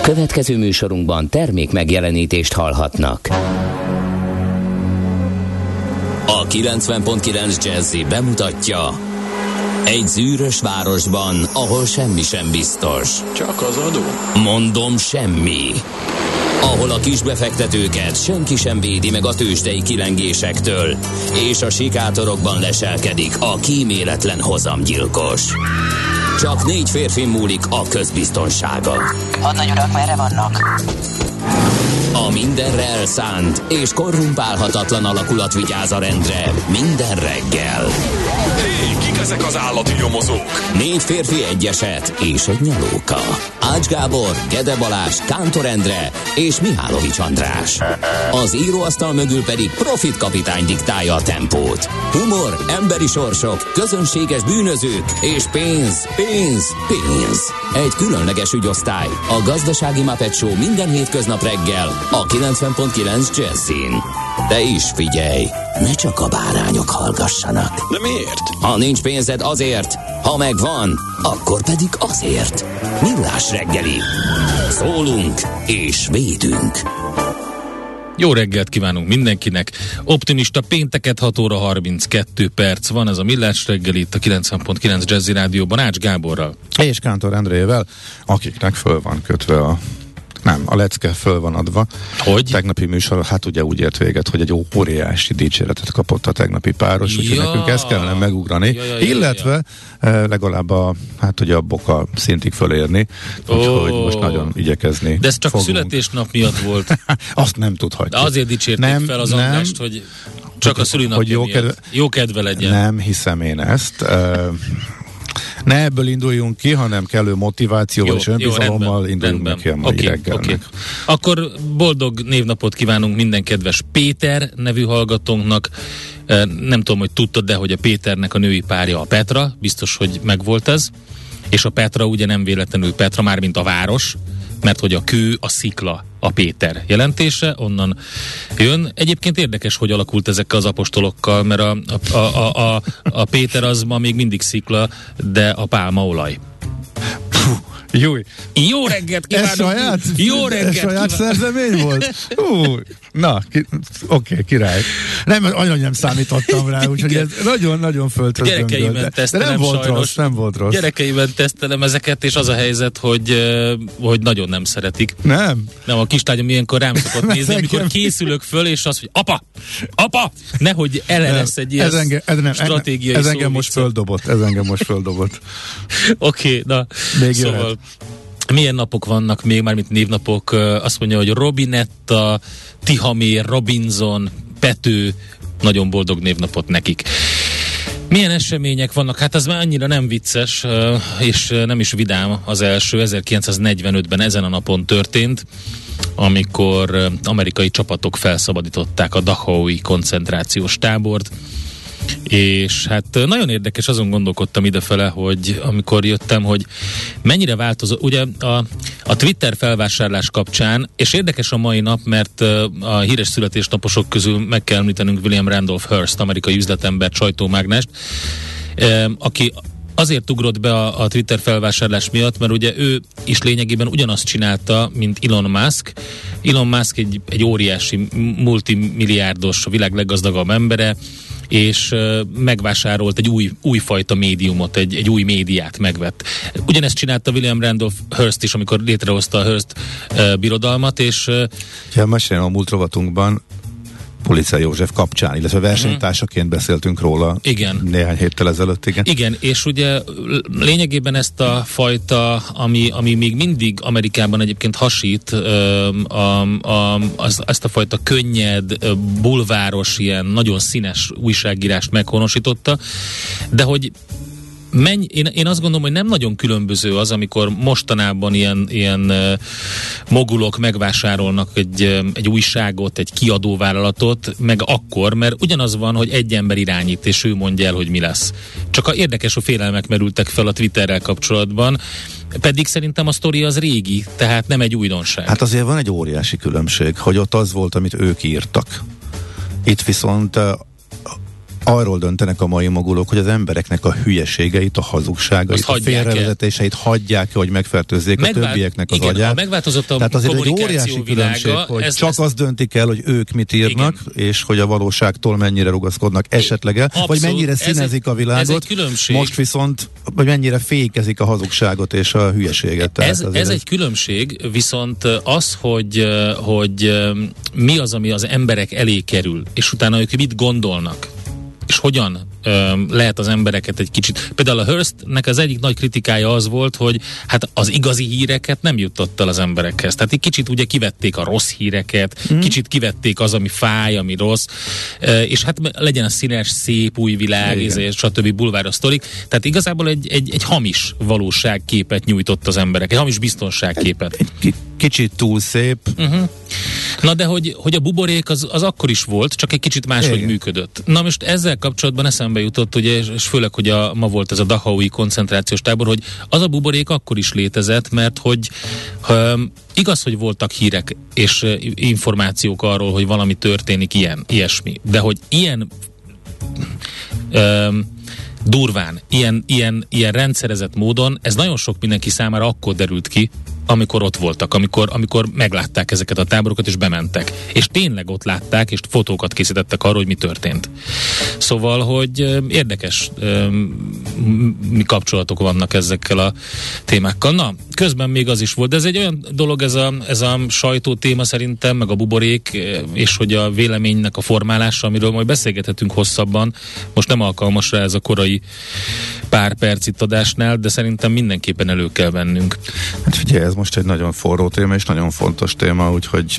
Következő műsorunkban termék megjelenítést hallhatnak. A 90.9 Jazzy bemutatja: egy zűrös városban, ahol semmi sem biztos. Csak az adó? Mondom, semmi. Ahol a kisbefektetőket senki sem védi meg a tőzsdei kilengésektől, és a sikátorokban leselkedik a kíméletlen hozamgyilkos. Csak 4 férfi múlik a közbiztonsága. Hadnagy urak, merre vannak? A mindenre elszánt és korrumpálhatatlan alakulat vigyáz a rendre minden reggel. Hé, kik ezek az állati nyomozók? 4 férfi, egy eset és egy nyalóka. Ács Gábor, Gede Balázs, Kántor Endre és Mihálovics András. Az íróasztal mögül pedig Profit kapitány diktálja a tempót. Humor, emberi sorsok, közönséges bűnözők és pénz, pénz, pénz. Egy különleges ügyosztály, a Gazdasági Muppet Show minden hétköznap reggel a 90.9 Jazzyn. De is figyelj, ne csak a bárányok hallgassanak. De miért? Ha nincs pénzed, azért, ha megvan, akkor pedig azért. Millás reggeli. Szólunk és védünk. Jó reggelt kívánunk mindenkinek. Optimista pénteket, 6 óra 32 perc van, ez a Millás reggeli itt a 90.9 Jazzy Rádióban Ács Gáborral. És Kántor Endrével, akiknek föl van kötve a lecke föl van adva. Hogy? Tegnapi műsor, hát ugye úgy ért véget, hogy egy óriási dicséretet kapott a tegnapi páros, úgyhogy nekünk ezt kellene megugrani, illetve legalább a boka szintig fölérni, úgyhogy most nagyon igyekezni De ez csak fogunk. Születésnap miatt volt. Azt nem tudhatjuk. De azért dicsérték fel az Andrást, hogy csak a szülinapja miatt. Jó kedve legyen. Nem hiszem én ezt. Ne ebből induljunk ki, hanem kellő motivációval és önbizalommal induljunk neki a mai reggelnek. Akkor boldog névnapot kívánunk minden kedves Péter nevű hallgatónknak. Nem tudom, hogy tudtad, de hogy a Péternek a női párja a Petra, biztos, hogy megvolt ez. És a Petra ugye nem véletlenül Petra, mármint a város, mert hogy a kő, a szikla, a Péter jelentése, onnan jön. Egyébként érdekes, hogy alakult ezekkel az apostolokkal, mert a Péter az ma még mindig szikla, de a pálmaolaj. Jó reggelt kívánok! Jó reggelt saját szerzemény volt? Oké, király. Nem számítottam rá, úgyhogy ez nagyon földhöz döngött. De nem volt rossz. Gyerekeiben tesztelem ezeket, és az a helyzet, hogy nagyon nem szeretik. Nem, a kislányom ilyenkor rám szokott nézni, amikor készülök föl, és azt, hogy apa, nehogy lesz egy ilyen stratégiai ez engem most földobott. Oké, na, még szóval jöhet. Milyen napok vannak még, mármint névnapok? Azt mondja, hogy Robinetta, Tihamér, Robinson, Pető, nagyon boldog névnapot nekik. Milyen események vannak? Hát ez már annyira nem vicces, és nem is vidám az első. 1945-ben ezen a napon történt, amikor amerikai csapatok felszabadították a Dachau-i koncentrációs tábort, és hát nagyon érdekes, azon gondolkodtam idefele, hogy amikor jöttem, hogy mennyire változott, ugye a Twitter felvásárlás kapcsán, és érdekes a mai nap, mert a híres születésnaposok közül meg kell említenünk William Randolph Hearst, amerikai üzletember, sajtómágnest, aki azért ugrott be a Twitter felvásárlás miatt, mert ugye ő is lényegében ugyanazt csinálta, mint Elon Musk. Elon Musk egy óriási multimilliárdos, a világ leggazdagabb embere, és megvásárolt egy újfajta médiumot, egy új médiát megvett. Ugyanezt csinálta William Randolph Hearst is, amikor létrehozta a Hearst birodalmat, és... mesélem a múlt rovatunkban Police József kapcsán, illetve versenytársaként beszéltünk róla. Igen. Néhány héttel ezelőtt, igen. Igen, és ugye lényegében ezt a fajta, ami még mindig Amerikában egyébként hasít, ezt a fajta könnyed, bulváros, ilyen nagyon színes újságírást meghonosította, de hogy én azt gondolom, hogy nem nagyon különböző az, amikor mostanában ilyen mogulok megvásárolnak egy újságot, egy kiadóvállalatot, meg akkor, mert ugyanaz van, hogy egy ember irányít, és ő mondja el, hogy mi lesz. Csak érdekes, hogy félelmek merültek fel a Twitterrel kapcsolatban, pedig szerintem a sztori az régi, tehát nem egy újdonság. Hát azért van egy óriási különbség, hogy ott az volt, amit ők írtak. Itt viszont arról döntenek a mai mogulok, hogy az embereknek a hülyeségeit, a hazugságait, a félrevezetéseit hagyják, hogy megfertőzzék a többieknek az agyát. Ha megváltozott a tehát azért egy óriási különbség, hogy csak azt döntik el, hogy ők mit írnak, és hogy a valóságtól mennyire rugaszkodnak esetleg el, vagy mennyire színezik a világot. Most viszont, vagy mennyire fékezik a hazugságot és a hülyeséget. Ez egy különbség, viszont az, hogy mi az, ami az emberek elé kerül, és utána ők mit gondolnak, és hogyan lehet az embereket egy kicsit... Például a Hearstnek az egyik nagy kritikája az volt, hogy hát az igazi híreket nem jutott el az emberekhez. Tehát egy kicsit ugye kivették a rossz híreket, kicsit kivették az, ami fáj, ami rossz, és hát legyen a színes, szép új világ, és stb. Bulváros sztorik. Tehát igazából egy hamis valóságképet nyújtott az emberek, egy hamis biztonságképet. Egy kicsit túl szép. Na de hogy a buborék az akkor is volt, csak egy kicsit máshogy működött. Na most ezzel kapcsolatban eszembe jutott, ugye, és főleg, hogy ma volt ez a Dachaui koncentrációs tábor, hogy az a buborék akkor is létezett, mert hogy igaz, hogy voltak hírek és információk arról, hogy valami történik ilyesmi, de hogy ilyen durván, ilyen rendszerezett módon, ez nagyon sok mindenki számára akkor derült ki, amikor ott voltak, amikor meglátták ezeket a táborokat, és bementek. És tényleg ott látták, és fotókat készítettek arról, hogy mi történt. Szóval, hogy érdekes mi kapcsolatok vannak ezekkel a témákkal. Na, közben még az is volt, de ez egy olyan dolog, ez a sajtó téma szerintem, meg a buborék, és hogy a véleménynek a formálása, amiről majd beszélgethetünk hosszabban. Most nem alkalmas rá ez a korai pár perc itt adásnál, de szerintem mindenképpen elő kell vennünk. Hát figyelj, ez most egy nagyon forró téma, és nagyon fontos téma, úgyhogy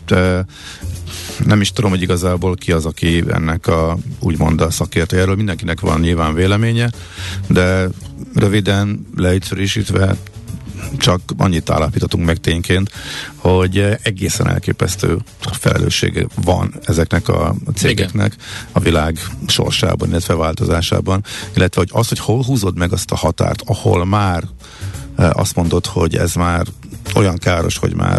nem is tudom, hogy igazából ki az, aki ennek úgymond a szakértőjéről. Mindenkinek van nyilván véleménye, de röviden leegyszerűsítve csak annyit állapítottunk meg tényként, hogy egészen elképesztő felelőssége van ezeknek a cégeknek a világ sorsában, illetve változásában, illetve hogy az, hogy hol húzod meg azt a határt, ahol már azt mondod, hogy ez már olyan káros, hogy már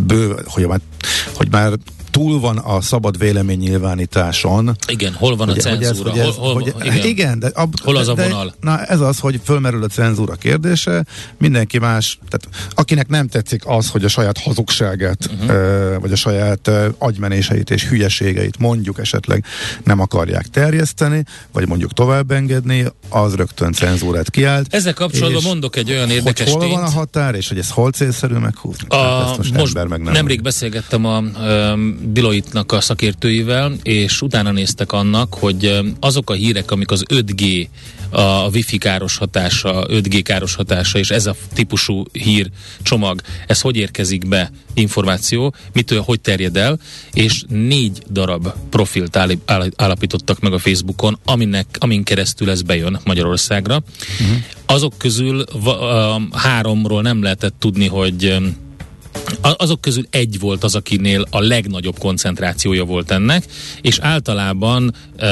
hogy már túl van a szabad véleménynyilvánításon. Igen, hol van a cenzúra? Igen, de hol az a vonal? Na ez az, hogy fölmerül a cenzúra kérdése, mindenki más, tehát akinek nem tetszik az, hogy a saját hazugságát, vagy a saját agymenéseit és hülyeségeit mondjuk esetleg nem akarják terjeszteni, vagy mondjuk tovább engedni, az rögtön cenzúrát kiált. Ezzel kapcsolatban mondok egy olyan érdekes tényt. Hol van a határ, és hogy ez hol célszerű meghúzni? Most nemrég beszélgettem a Deloitte-nak a szakértőivel, és utána néztek annak, hogy azok a hírek, amik az 5G, a Wi-Fi káros hatása, 5G káros hatása, és ez a típusú hírcsomag, ez hogy érkezik be információ, mitől, hogy terjed el, és 4 darab profilt állapítottak meg a Facebookon, amin keresztül ez bejön Magyarországra. Azok közül 3-ról nem lehetett tudni, hogy azok közül egy volt az, akinél a legnagyobb koncentrációja volt ennek, és általában,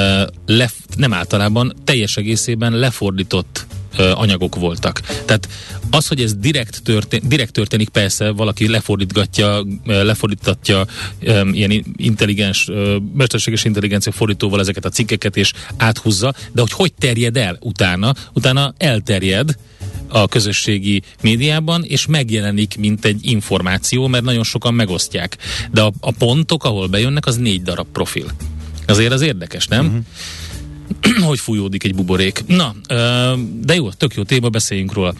nem általában, teljes egészében lefordított anyagok voltak. Tehát az, hogy ez direkt történik, persze valaki lefordítatja ilyen intelligens, mesterséges intelligencia fordítóval ezeket a cikkeket, és áthúzza, de hogy terjed el utána elterjed a közösségi médiában, és megjelenik, mint egy információ, mert nagyon sokan megosztják. De a pontok, ahol bejönnek, az 4 darab profil. Azért az érdekes, nem? Hogy fújódik egy buborék. Na, de jó, tök jó téma, beszéljünk róla.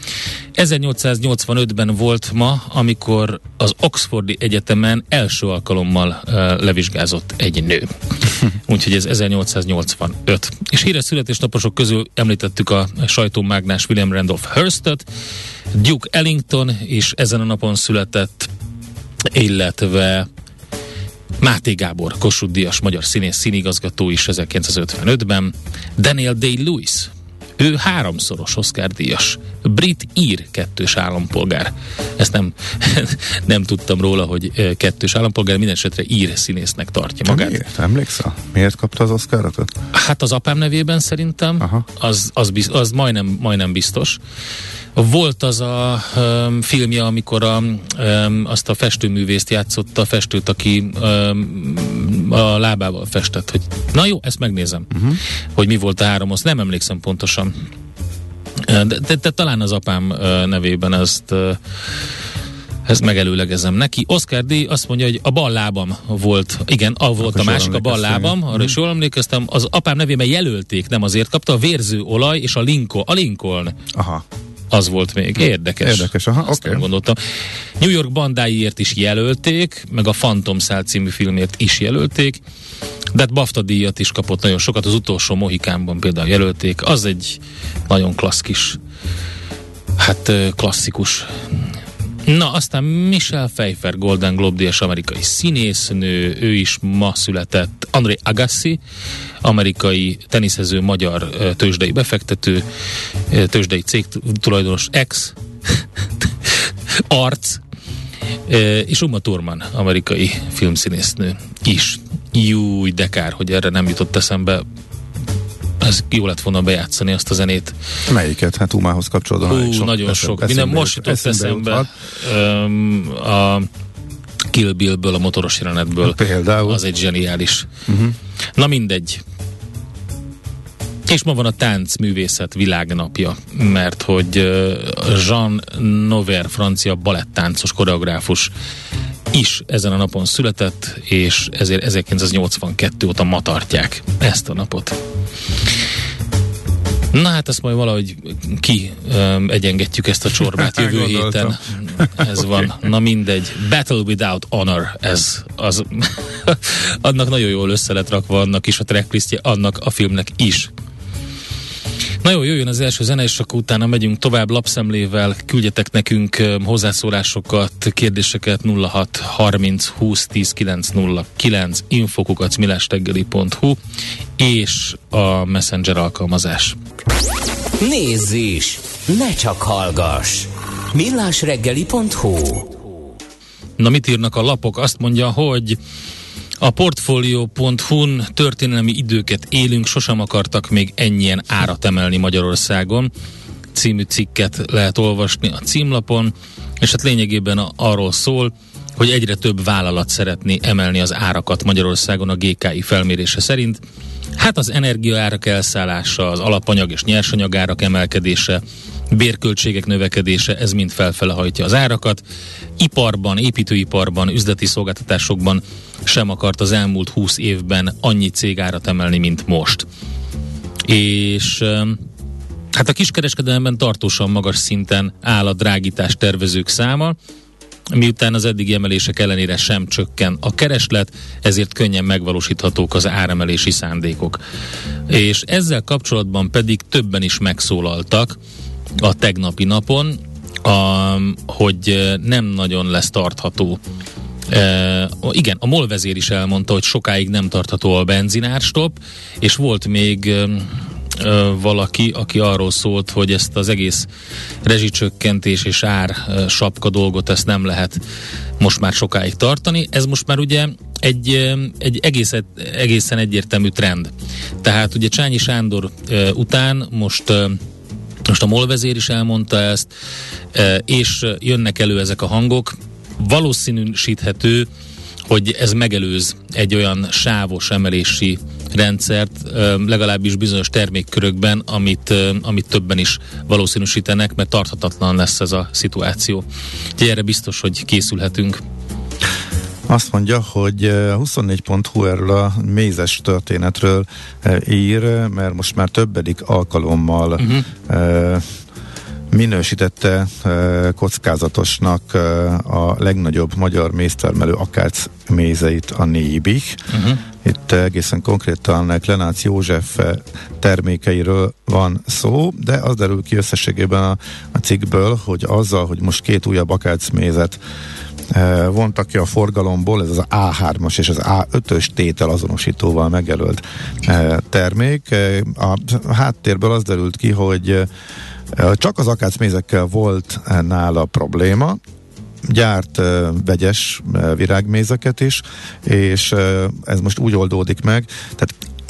1885-ben volt ma, amikor az Oxfordi Egyetemen első alkalommal levizsgázott egy nő. Úgyhogy ez 1885. És híres születésnaposok közül említettük a sajtómágnás William Randolph Hearstet, Duke Ellington is ezen a napon született, illetve Máté Gábor, Kossuth-díjas magyar színész, színigazgató is 1955-ben, Daniel Day-Lewis, ő 3-szoros Oscar-díjas, brit-ír 2-s állampolgár. Ezt nem tudtam róla, hogy 2-s állampolgár, minden esetre ír színésznek tartja magát. Miért? Emlékszel? Miért kapta az Oscar-ot? Hát az apám nevében szerintem, az majdnem biztos. Volt az a filmje, amikor azt a festőművészt játszotta, a festőt, aki a lábával festett, hogy na jó, ezt megnézem, hogy mi volt a 3 osz, nem emlékszem pontosan. De talán az apám nevében ezt megelőlegezem neki. Oscar D. azt mondja, hogy a bal lábam volt, igen, volt a másik, a bal lábam, arra is jól emlékeztem, az apám nevében jelölték, nem azért kapta, a vérző olaj és a Lincoln. Aha. Az volt még. Érdekes. Aha, azt nem gondoltam. New York bandáiért is jelölték, meg a Phantom Szál című filmért is jelölték, de hát BAFTA díjat is kapott nagyon sokat, az utolsó Mohikánban például jelölték, az egy nagyon klasszikus, klasszikus. Na, aztán Michelle Pfeiffer, Golden Globe díjas amerikai színésznő, ő is ma született. André Agassi, amerikai teniszező, magyar tőzsdei befektető, tőzsdei cég tulajdonos, arc, és Uma Thurman, amerikai filmszínésznő is. Júj, de kár, hogy erre nem jutott eszembe. Ez jó lett volna bejátszani azt a zenét. Melyiket? Hát Umához kapcsolódóan. Nagyon sok. Minden most jutott eszembe a Kill Bill-ből, a motoros jelenetből. Például. Az egy zseniális. Na mindegy. És ma van a táncművészet világnapja, mert hogy Jean Nouvel, francia balettáncos, koreográfus is ezen a napon született, és ezért 1982 óta ma tartják ezt a napot. Na hát ezt majd valahogy egyengetjük ezt a csorbát jövő héten. Ez van. Na mindegy. Battle Without Honor, annak nagyon jól össze lett rakva, annak is a tracklistje, annak a filmnek is. Na jó, jöjjön az első zene, és akkor utána megyünk tovább lapszemlével, küldjetek nekünk hozzászólásokat, kérdéseket 06 30 20 10 909 info@millásreggeli.hu és a Messenger alkalmazás. Nézz is! Ne csak hallgass! millásreggeli.hu. Na mit írnak a lapok? Azt mondja, hogy a Portfolio.hu-n történelmi időket élünk, sosem akartak még ennyien árat emelni Magyarországon. Című cikket lehet olvasni a címlapon, és hát lényegében arról szól, hogy egyre több vállalat szeretné emelni az árakat Magyarországon a GKI felmérése szerint. Hát az energiaárak elszállása, az alapanyag és nyersanyagárak emelkedése, bérköltségek növekedése, ez mind felfele hajtja az árakat. Iparban, építőiparban, üzleti szolgáltatásokban sem akart az elmúlt 20 évben annyi cég árat emelni, mint most. És hát a kiskereskedelemben tartósan magas szinten áll a drágítás tervezők száma, miután az eddigi emelések ellenére sem csökken a kereslet, ezért könnyen megvalósíthatók az áremelési szándékok. És ezzel kapcsolatban pedig többen is megszólaltak a tegnapi napon, hogy nem nagyon lesz tartható. Igen, a MOL vezér is elmondta, hogy sokáig nem tartható a benzinárstopp, és volt még valaki, aki arról szólt, hogy ezt az egész rezsicsökkentés és ár sapka dolgot, ezt nem lehet most már sokáig tartani. Ez most már ugye egy egészen egyértelmű trend. Tehát ugye Csányi Sándor után most a MOL vezér is elmondta ezt, és jönnek elő ezek a hangok. Valószínűsíthető, hogy ez megelőz egy olyan sávos emelési rendszert, legalábbis bizonyos termékkörökben, amit többen is valószínűsítenek, mert tarthatatlan lesz ez a szituáció. Úgyhogy erre biztos, hogy készülhetünk. Azt mondja, hogy 24.hu erről a mézes történetről ír, mert most már többedik alkalommal minősítette kockázatosnak a legnagyobb magyar méztermelő akác mézeit, a Nébich. Itt egészen konkrétan Klenác József termékeiről van szó, de az derül ki összességében a cikkből, hogy azzal, hogy most 2 újabb akác-mézet vontak ki a forgalomból, ez az A3-as és az A5-ös tétel azonosítóval megjelölt termék. A háttérből az derült ki, hogy csak az akácmézekkel volt nála probléma, gyárt vegyes virágmézeket is, és ez most úgy oldódik meg, tehát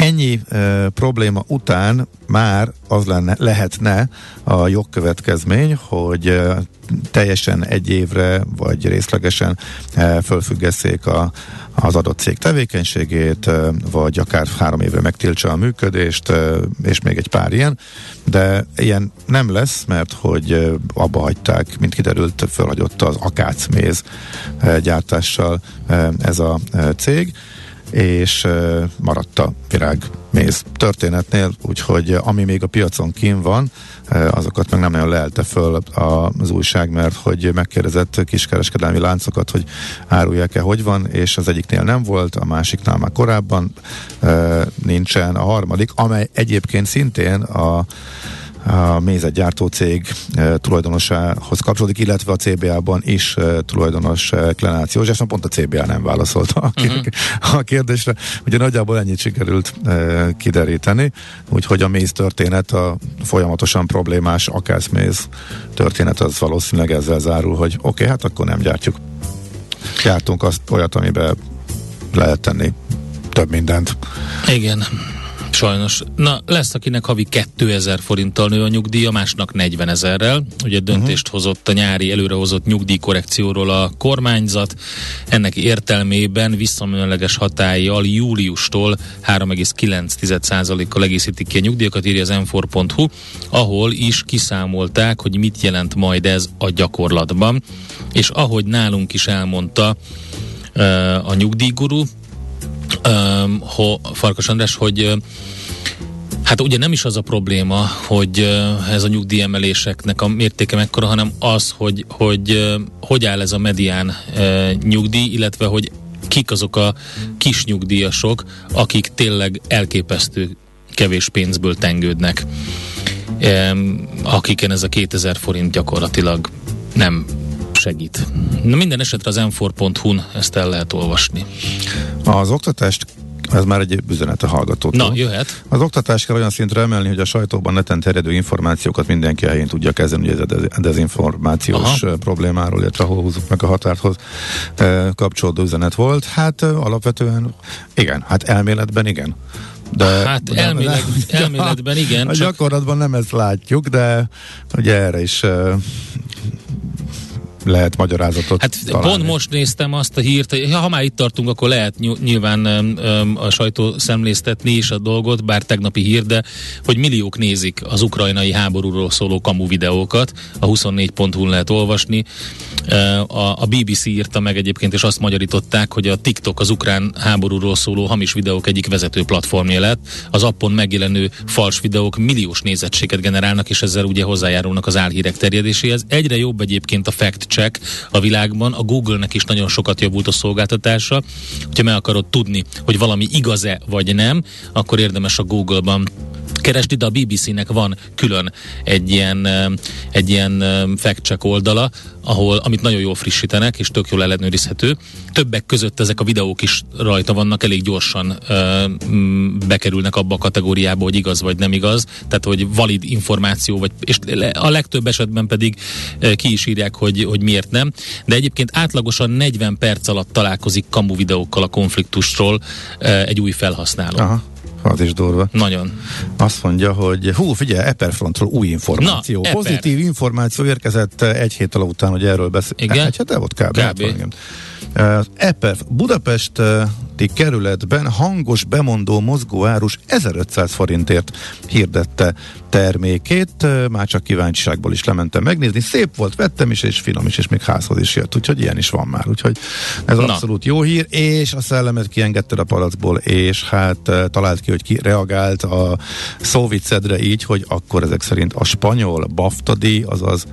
ennyi probléma után már az lehetne a jogkövetkezmény, hogy teljesen egy évre, vagy részlegesen fölfüggesszék az adott cég tevékenységét, vagy akár 3 évre megtiltsa a működést, és még egy pár ilyen, de ilyen nem lesz, mert hogy abba hagyták, mint kiderült, fölhagyott az akácméz gyártással ez a cég, és maradt a virágméz történetnél, úgyhogy ami még a piacon kín van, azokat meg nem nagyon leelte föl az újság, mert hogy megkérdezett kiskereskedelmi láncokat, hogy árulják-e, hogy van, és az egyiknél nem volt, a másiknál már korábban nincsen, a harmadik, amely egyébként szintén a mézetgyártó cég tulajdonosához kapcsolódik, illetve a CBA-ban is tulajdonos Klenáci József, pont a CBA nem válaszolta a kérdésre. Ugye nagyjából ennyit sikerült kideríteni, úgyhogy a méz történet, a folyamatosan problémás akácméz történet az valószínűleg ezzel zárul, hogy oké, hát akkor nem gyártjuk. Gyártunk azt olyat, amiben lehet tenni több mindent. Igen. Sajnos. Na, lesz, akinek havi 2000 forinttal nő a nyugdíja, másnak 40 000-rel. Ugye döntést hozott a nyári előrehozott nyugdíjkorrekcióról a kormányzat. Ennek értelmében visszamenőleges hatállyal júliustól 3,9%-kal egészítik ki a nyugdíjakat, írja az m4.hu, ahol is kiszámolták, hogy mit jelent majd ez a gyakorlatban. És ahogy nálunk is elmondta a nyugdíjguru, Farkas András, hogy hát ugye nem is az a probléma, hogy ez a nyugdíjemeléseknek a mértéke mekkora, hanem az, hogy áll ez a medián nyugdíj, illetve hogy kik azok a kis nyugdíjasok, akik tényleg elképesztő kevés pénzből tengődnek, akiken ez a 2000 forint gyakorlatilag nem segít. Na, minden esetre az m4.hu-n ezt el lehet olvasni. Az oktatást, ez már egy üzenet a hallgatótól. Na, jöhet. Az oktatást kell olyan szintre emelni, hogy a sajtóban neten terjedő információkat mindenki helyén tudja kezelni, hogy ez a dezinformációs problémáról, illetve hol húzzuk meg a határhoz kapcsolódó üzenet volt. Hát alapvetően igen, hát elméletben igen. De hát elméletben igen. A gyakorlatban nem ezt látjuk, de ugye erre is lehet magyarázatot találni. Pont most néztem azt a hírt, ha már itt tartunk, akkor lehet nyilván a sajtó szemléztetni is a dolgot, bár tegnapi hír, de hogy milliók nézik az ukrajnai háborúról szóló kamu videókat, a 24.hu-n lehet olvasni. A BBC írta meg egyébként, és azt magyarították, hogy a TikTok az ukrán háborúról szóló hamis videók egyik vezető platformja lett. Az appon megjelenő fals videók milliós nézettséget generálnak, és ezzel ugye hozzájárulnak az álhírek terjedéséhez. Egyre jobb egyébként a fact check a világban, a Google-nek is nagyon sokat javult a szolgáltatása. Hogyha meg akarod tudni, hogy valami igaz-e vagy nem, akkor érdemes a Google-ban keresni, de a BBC-nek van külön egy ilyen fact-check oldala, amit nagyon jól frissítenek, és tök jól ellenőrizhető. Többek között ezek a videók is rajta vannak, elég gyorsan bekerülnek abba a kategóriába, hogy igaz vagy nem igaz, tehát hogy valid információ, és a legtöbb esetben pedig ki is írják, hogy miért nem. De egyébként átlagosan 40 perc alatt találkozik kamu videókkal a konfliktusról egy új felhasználó. Aha. Az is durva. Nagyon. Azt mondja, hogy figyelj, Eperfrontról új információ. Na, pozitív információ érkezett egy hét alatt után, hogy erről beszél. Igen? Egy hete volt kb. Eper Budapesti kerületben hangos bemondó mozgóárus 1500 forintért hirdette termékét, már csak kíváncsiságból is lementem megnézni, szép volt, vettem is, és finom is, és még házhoz is jött, úgyhogy ilyen is van már, úgyhogy ez abszolút jó hír, és a szellemet kiengedted a palacból, és hát talált ki, hogy ki reagált a szóviccedre így, hogy akkor ezek szerint a spanyol BAFTA díj, azaz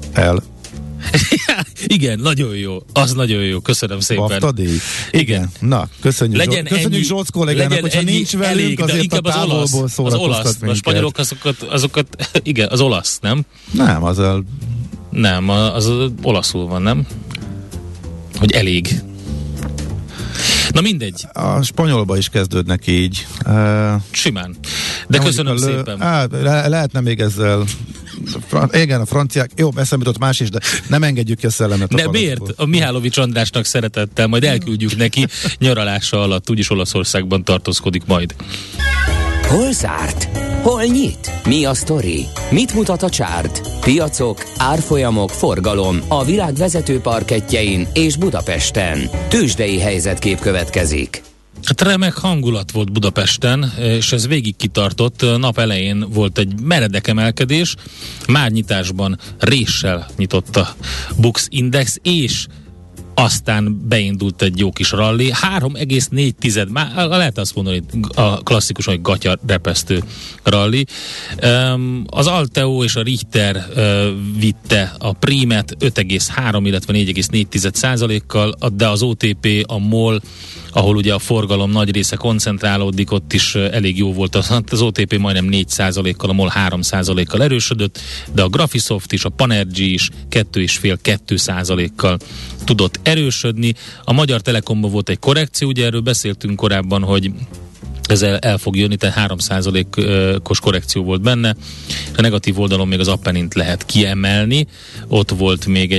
igen, nagyon jó. Az nagyon jó. Köszönöm szépen. BAFTA díj. Igen. Na, köszönjük Zsolc kollégának, hogyha nincs velünk, elég, azért a távolból szórakoztat minket. A spanyolok azokat igen, az olasz, nem? Nem, nem, az olaszul van, nem? Hogy elég. Na mindegy. A spanyolba is kezdődnek így. Simán. De köszönöm szépen. Lehetne még ezzel igen, a franciák, jó, eszembe jutott más is, de nem engedjük ki a szellemet. De miért? A Mihálovics Andrásnak szeretettel, majd elküldjük neki nyaralása alatt, úgyis Olaszországban tartózkodik majd. Hol zárt? Hol nyit? Mi a sztori? Mit mutat a csárt? Piacok, árfolyamok, forgalom a világ vezető parkettjein és Budapesten. Tőzsdei helyzetkép következik. Hát remek hangulat volt Budapesten, és ez végig kitartott. Nap elején volt egy meredek emelkedés, már nyitásban réssel nyitott a Bux Index, és aztán beindult egy jó kis ralli, 3,4, már lehet azt mondani, a klasszikus, hogy gatyarepesztő ralli. Az Alteo és a Richter vitte a Primet 5,3, illetve 4,4%-kal, de az OTP, a MOL, ahol ugye a forgalom nagy része koncentrálódik, ott is elég jó volt. Az OTP majdnem 4%-kal, a MOL 3%-kal erősödött, de a Graphisoft is, a Panergy is 2,5-2%-kal tudott erősödni. A Magyar Telekomban volt egy korrekció, ugye erről beszéltünk korábban, hogy ez el fog jönni, tehát 3%-os korrekció volt benne. A negatív oldalon még az Appenint lehet kiemelni, ott volt még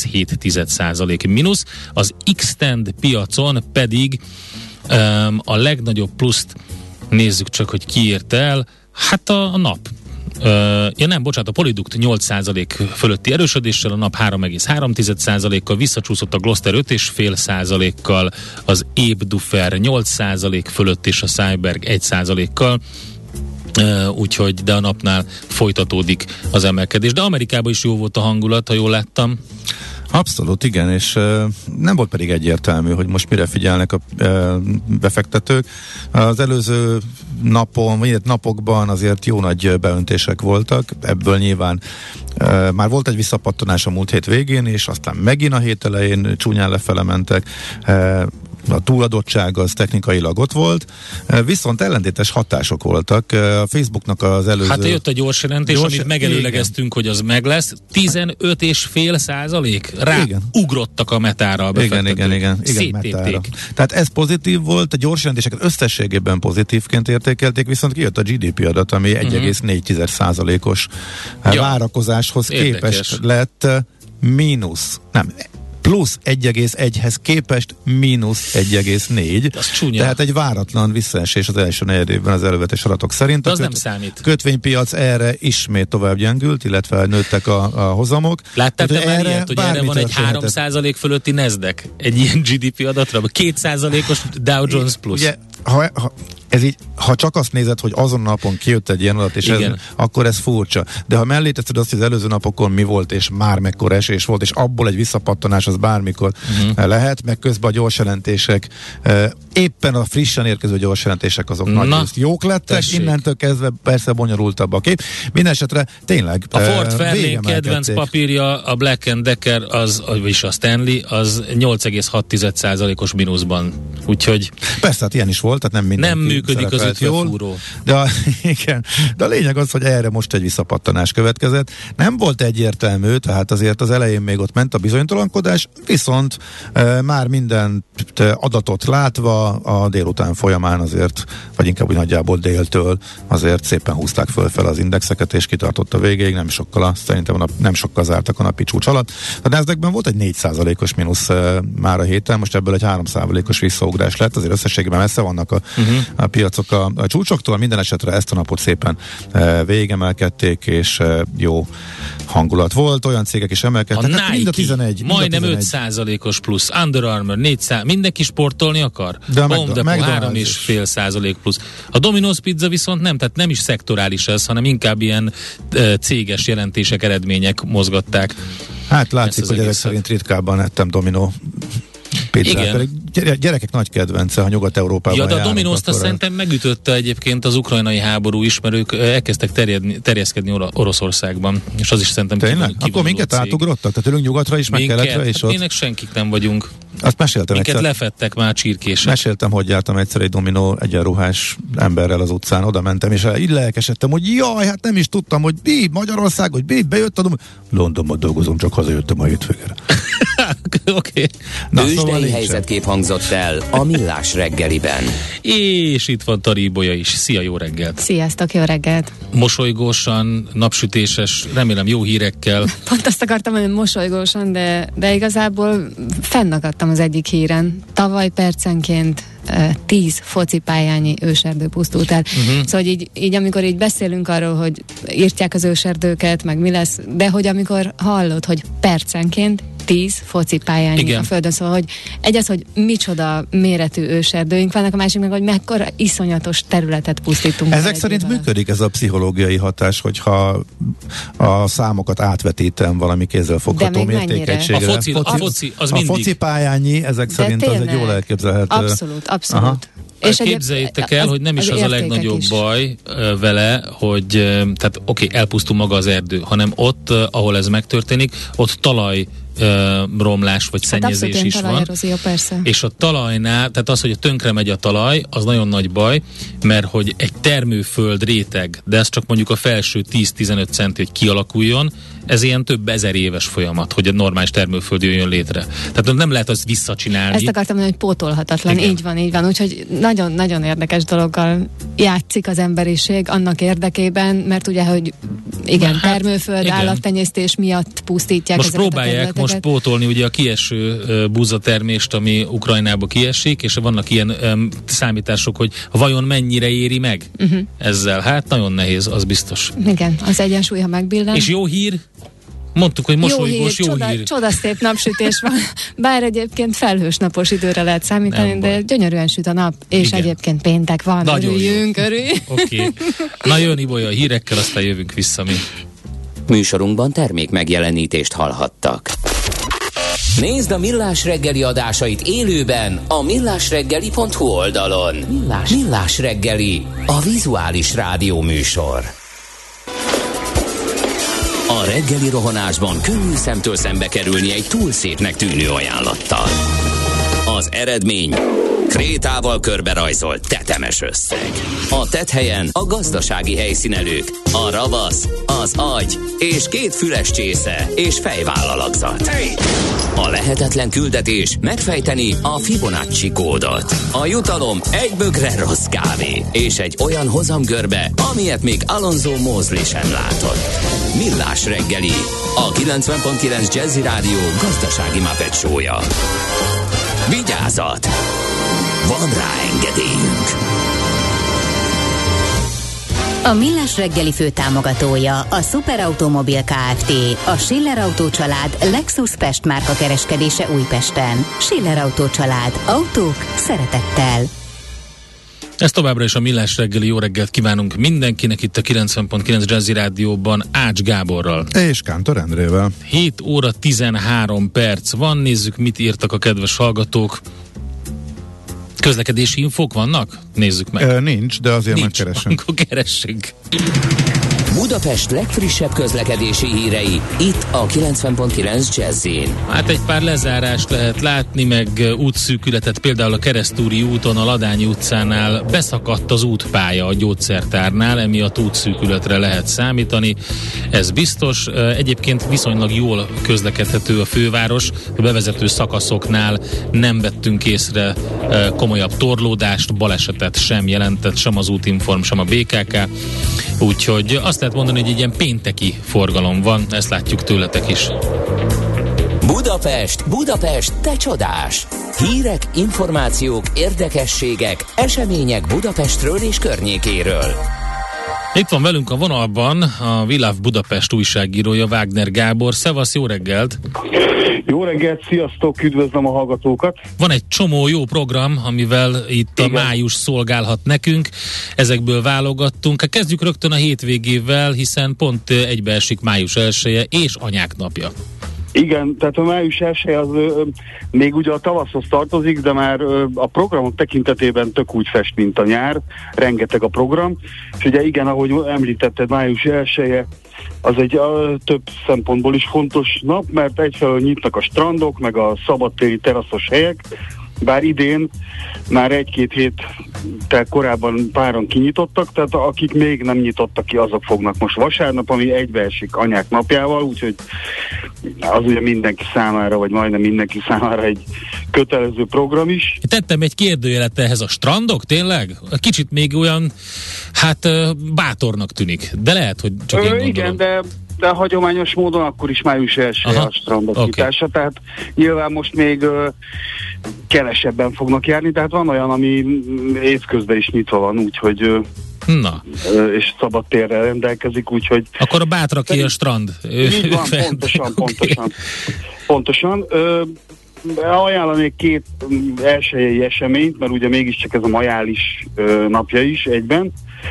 1,7% mínusz. Az Xtend piacon pedig a legnagyobb pluszt nézzük csak, hogy ki ért el, hát a nap. A Polyduct 8% fölötti erősödéssel, a nap 3,3%-kal, visszacsúszott a Gloster 5,5%-kal, az Ébdufer 8% fölött és a Cyberg 1%-kal. Úgyhogy, de a napnál folytatódik az emelkedés. De Amerikában is jó volt a hangulat, ha jól láttam. Abszolút, igen, és nem volt pedig egyértelmű, hogy most mire figyelnek a befektetők. Az előző napokban azért jó nagy beöntések voltak, ebből nyilván már volt egy visszapattanás a múlt hét végén, és aztán megint a hét elején csúnyán lefele mentek. A túladottság az technikailag ott volt, viszont ellentétes hatások voltak. A Facebooknak az előző... Hát jött a gyors jelentés, amit megelőlegeztünk, hogy az meg lesz. 15,5% rá ugrottak a Metára a befektetők. Igen, Metára. Tehát ez pozitív volt, a gyors jelentéseket összességében pozitívként értékelték, viszont kijött a GDP adat, ami 1,4%-os várakozáshoz képest lett plusz 1,1-hez képest mínusz 1,4. Tehát egy váratlan visszaesés az első negyedévben az elővetés adatok szerint. De az nem számít. Kötvénypiac erre ismét tovább gyengült, illetve nőttek a hozamok. Láttál te már ilyet, hogy erre van egy 3% fölötti Nasdaq egy ilyen GDP adatra? 2%-os Dow Jones plusz. Ugye, ha csak azt nézed, hogy azon napon kijött egy ilyen adat, és akkor ez furcsa. De ha mellé teszed azt, hogy az előző napokon mi volt, és már mekkora esés volt, és abból egy visszapattanás az bármikor lehet, meg közben a gyors jelentések, éppen a frissen érkező gyors jelentések azok nagyon jók lettek, innentől kezdve persze bonyolultabb a kép. Mindenesetre tényleg a Ford Fairlane kedvenc papírja, a Black & Decker, vagyis a Stanley, az 8,6%-os mínuszban. Úgyhogy... Persze, hát ilyen is volt, tehát nem minden. Nem működik az ötvenfúró. De a lényeg az, hogy erre most egy visszapattanás következett. Nem volt egyértelmű, tehát azért az elején még ott ment a bizonytalankodás, viszont már minden adatot látva a délután folyamán azért, vagy inkább úgy nagyjából déltől azért szépen húzták fel az indexeket, és kitartott a végéig, szerintem nem sokkal zártak a napi csúcs alatt. A Nasdaqben volt egy 4%-os mínusz már a héten, most ebből egy 3%-os visszaugrás lett, azért összességében messze vannak a piacok a csúcsoktól, minden esetre ezt a napot szépen végemelkedték, és jó hangulat volt, olyan cégek is emelkedtek. A Nike, mind a 11, majdnem 5%-os plusz, Under Armour 4%, mindenki sportolni akar? De a Home Depot 3,5% plusz. A Domino's Pizza viszont nem, tehát nem is szektorális ez, hanem inkább ilyen céges jelentések, eredmények mozgatták. Hát látszik, hogy ezek szerint ritkábban ettem Domino pizzát. Gyerekek nagy kedvence, ha Nyugat-Európában járnak. De a Domino's-t szerintem megütötte egyébként az ukrajnai háború ismerők, elkezdtek terjeszkedni Oroszországban, és az is szerintem kivonuló akkor minket cég. Átugrottak? Tehát tőlünk nyugatra is, meg keletre is ott? Minek senkik nem vagyunk. Azt meséltem minket lefettek már csirkések. Meséltem, hogy jártam egyszer egy Domino egyenruhás emberrel az utcán, oda mentem, és így lelkesedtem, hogy jaj, hát nem is tudtam, hogy Magyarország, hogy bejött a Domino. Londonban dolgozom, csak hazajöttem a hétvégére. Oké. Tőzsdei helyzetkép hangzott el a Millás reggeliben. És itt van Tari Ibolya is. Szia, jó reggelt! Sziasztok, jó reggelt! Mosolygósan, napsütéses, remélem jó hírekkel. Pont azt akartam mondani, mosolygósan, de igazából fennakadtam az egyik híren. Tavaly percenként 10 focipályányi őserdő pusztult el. Szóval így amikor így beszélünk arról, hogy írtják az őserdőket, meg mi lesz, de hogy amikor hallod, hogy percenként 10 focipályányi a Földön, szóval, hogy az, hogy micsoda méretű őserdőink vannak, a másik meg, hogy mekkora iszonyatos területet pusztítunk. Ezek szerint működik ez a pszichológiai hatás, hogyha a számokat átvetítem valami kézzelfogható mértékegységre. A foci az mindig. A focipályány, ezek szerint az egy jól elképzelhető. Abszolút. Aha. És képzeljétek el, hogy nem is az a legnagyobb baj vele, hogy tehát elpusztul maga az erdő, hanem ott, ahol ez megtörténik, ott talaj romlás vagy szennyezés is van. Persze. És a talajnál, tehát az, hogy tönkre megy a talaj, az nagyon nagy baj, mert hogy egy termőföld réteg, de ez csak mondjuk a felső 10-15 centi, hogy kialakuljon, ez ilyen több ezer éves folyamat, hogy egy normális termőföld jöjjön létre. Tehát nem lehet azt visszacsinálni. Ezt akartam mondani, hogy pótolhatatlan. Igen. Így van. Úgyhogy nagyon-nagyon érdekes dologgal játszik az emberiség annak érdekében, mert ugye, hogy igen, termőföld, állattenyésztés miatt pusztítják most ezeket próbálják a területeket. Most pótolni ugye a kieső búzatermést, ami Ukrajnába kiesik, és vannak ilyen számítások, hogy vajon mennyire éri meg ezzel. Hát nagyon nehéz, az biztos. Igen, az egyensúly, ha megbillen. És jó hír? Mondtuk, hogy mosolygós, jó hír. Csodaszép napsütés van. Bár egyébként felhős napos időre lehet számítani, de gyönyörűen süt a nap, és igen. Egyébként péntek van. Nagyon örüljünk. Oké. Na jön Ibolya a hírekkel, aztán jövünk vissza mi. Műsorunkban termék megjelenítést hallhattak. Nézd a Millás reggeli adásait élőben a millásreggeli.hu oldalon. Millás reggeli, a vizuális rádió műsor. A reggeli rohanásban könnyű szemtől szembe kerülni egy túl szépnek tűnő ajánlattal. Az eredmény krétával körberajzolt tetemes összeg. A tetthelyen a gazdasági helyszínelők, a ravasz, az agy és 2 füles csésze és fejvállalakzat. A lehetetlen küldetés megfejteni a Fibonacci kódot. A jutalom egy bögre rossz kávé és egy olyan hozamgörbe, amilyet még Alonso Mosley sem látott. Millás reggeli, a 90.9 Jazzy Rádió gazdasági Muppet show-ja. Vigyázat! Van rá engedélyünk! A Millás reggeli főtámogatója a Superautomobil Kft. A Schiller Autó család Lexus Pest márka kereskedése Újpesten. Schiller Autó család. Autók szeretettel. Ez továbbra is a Millás reggeli, jó reggelt kívánunk mindenkinek itt a 90.9 Jazzy Rádióban Ács Gáborral. És Kántor Endrével. 7 óra 13 perc van, nézzük mit írtak a kedves hallgatók. Közlekedési infók vannak? Nézzük meg. Nincs, de azért megkeresünk. Akkor keressünk. Budapest legfrissebb közlekedési hírei, itt a 90.9 Jazzyn. Hát egy pár lezárást lehet látni, meg útszűkületet, például a Keresztúri úton, a Ladányi utcánál beszakadt az útpálya a gyógyszertárnál, emiatt útszűkületre lehet számítani, ez biztos. Egyébként viszonylag jól közlekedhető a főváros, a bevezető szakaszoknál nem vettünk észre komolyabb torlódást, balesetet sem jelentett, sem az Útinform, sem a BKK, úgyhogy azt lehet mondani, hogy egy ilyen pénteki forgalom van, ezt látjuk tőletek is. Budapest, te csodás! Hírek, információk, érdekességek, események Budapestről és környékéről. Itt van velünk a vonalban a We Love Budapest újságírója, Wagner Gábor. Szevasz, jó reggelt! Jó reggelt, sziasztok, üdvözlöm a hallgatókat! Van egy csomó jó program, amivel itt a május szolgálhat nekünk, ezekből válogattunk. Kezdjük rögtön a hétvégével, hiszen pont egybeesik május 1-e és Anyák napja. Igen, tehát a május 1 az még ugye a tavaszhoz tartozik, de már a programok tekintetében tök úgy fest, mint a nyár, rengeteg a program, és ugye igen, ahogy említetted, május 1 az egy több szempontból is fontos nap, mert egyfelől nyitnak a strandok, meg a szabadtéri teraszos helyek, bár idén már 1-2 hét tehát korábban páran kinyitottak, tehát akik még nem nyitottak ki, azok fognak most vasárnap, ami egybeesik anyák napjával, úgyhogy az ugye mindenki számára, vagy majdnem mindenki számára egy kötelező program is. Tettem egy kérdőjelet ehhez, a strandok, tényleg? Kicsit még olyan, hát bátornak tűnik, de lehet, hogy csak én gondolom. Igen, de hagyományos módon akkor is május 1 a strandok nyitása, tehát nyilván most még kevesebben fognak járni, tehát van olyan, ami évközben is nyitva van, úgyhogy és szabad térrel rendelkezik, úgyhogy... Akkor a bátraké a strand. Így van, pontosan. Ajánlanék 2 elsőjei eseményt, mert ugye mégiscsak ez a majális napja is egyben.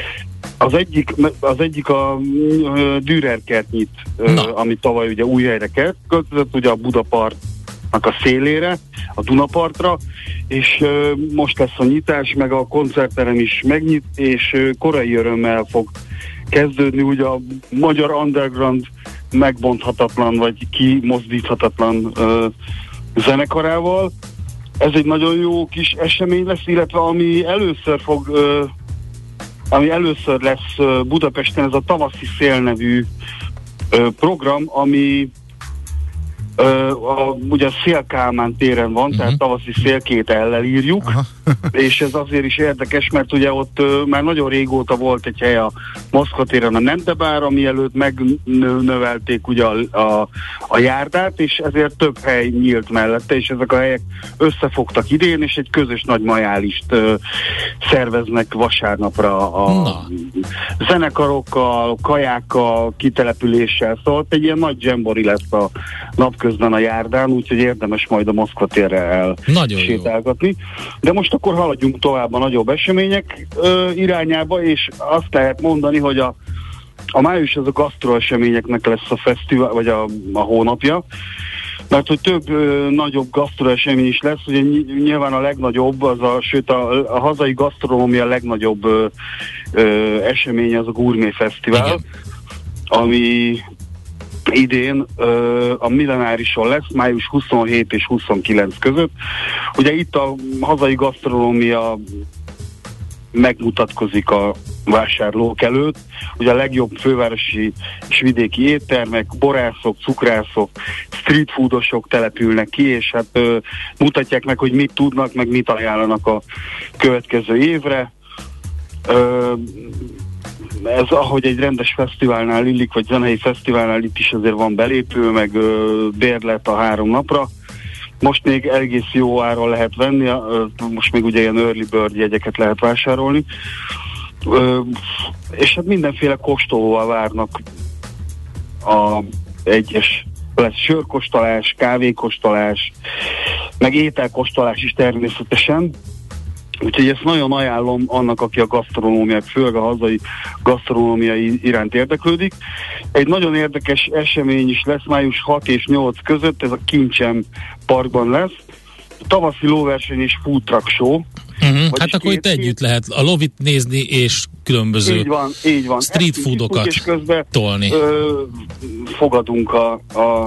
Az egyik a Dürer kert nyit, ami tavaly ugye új helyre költözött, ugye a Budapartnak a szélére, a Dunapartra, és most lesz a nyitás, meg a koncertterem is megnyit, és korai örömmel fog kezdődni, ugye a magyar underground megbonthatatlan, vagy kimozdíthatatlan zenekarával. Ez egy nagyon jó kis esemény lesz, illetve ami először lesz Budapesten, ez a Tavaszi Szél nevű program, ami ugye a Szél Kálmán téren van, tehát Tavaszi Szél 2 L-lel írjuk, és ez azért is érdekes, mert ugye ott már nagyon régóta volt egy hely a Moszkva téren, a Nemdebár, ami előtt megnövelték ugye a járdát, és ezért több hely nyílt mellette, és ezek a helyek összefogtak idén, és egy közös nagy majálist szerveznek vasárnapra a zenekarokkal, kajákkal, kitelepüléssel, szóval egy ilyen nagy dzsembori lesz a napközben a járdán, úgyhogy érdemes majd a Moszkva térre sétálgatni. De most akkor haladjunk tovább a nagyobb események irányába, és azt lehet mondani, hogy a május az a gasztroeseményeknek lesz a fesztivál, vagy a hónapja, mert hogy több nagyobb gasztroesemény is lesz, ugye nyilván a legnagyobb, sőt a hazai gasztronómia legnagyobb eseménye az a Gourmet Fesztivál, igen, ami idén a Millenárison lesz, május 27 és 29 között. Ugye itt a hazai gasztronómia megmutatkozik a vásárlók előtt. Ugye a legjobb fővárosi és vidéki éttermek, borászok, cukrászok, street foodosok települnek ki, és hát mutatják meg, hogy mit tudnak, meg mit ajánlanak a következő évre. Ez ahogy egy rendes fesztiválnál illik, vagy zenei fesztiválnál, itt is azért van belépő, meg bérlet a 3 napra. Most még egész jó áron lehet venni, most még ugye ilyen early bird jegyeket lehet vásárolni. És hát mindenféle kóstolóval várnak a egyes, lesz sörkóstolás, kávékóstolás, meg ételkóstolás is természetesen. Úgyhogy ezt nagyon ajánlom annak, aki a gasztronómiát, főleg a hazai gasztronómiai iránt érdeklődik. Egy nagyon érdekes esemény is lesz május 6 és 8 között, ez a Kincsem Parkban lesz. Tavaszi lóverseny és food truck show. Hát akkor itt együtt lehet a lovit nézni, és különböző így van. Street foodokat és közben tolni. Fogadunk a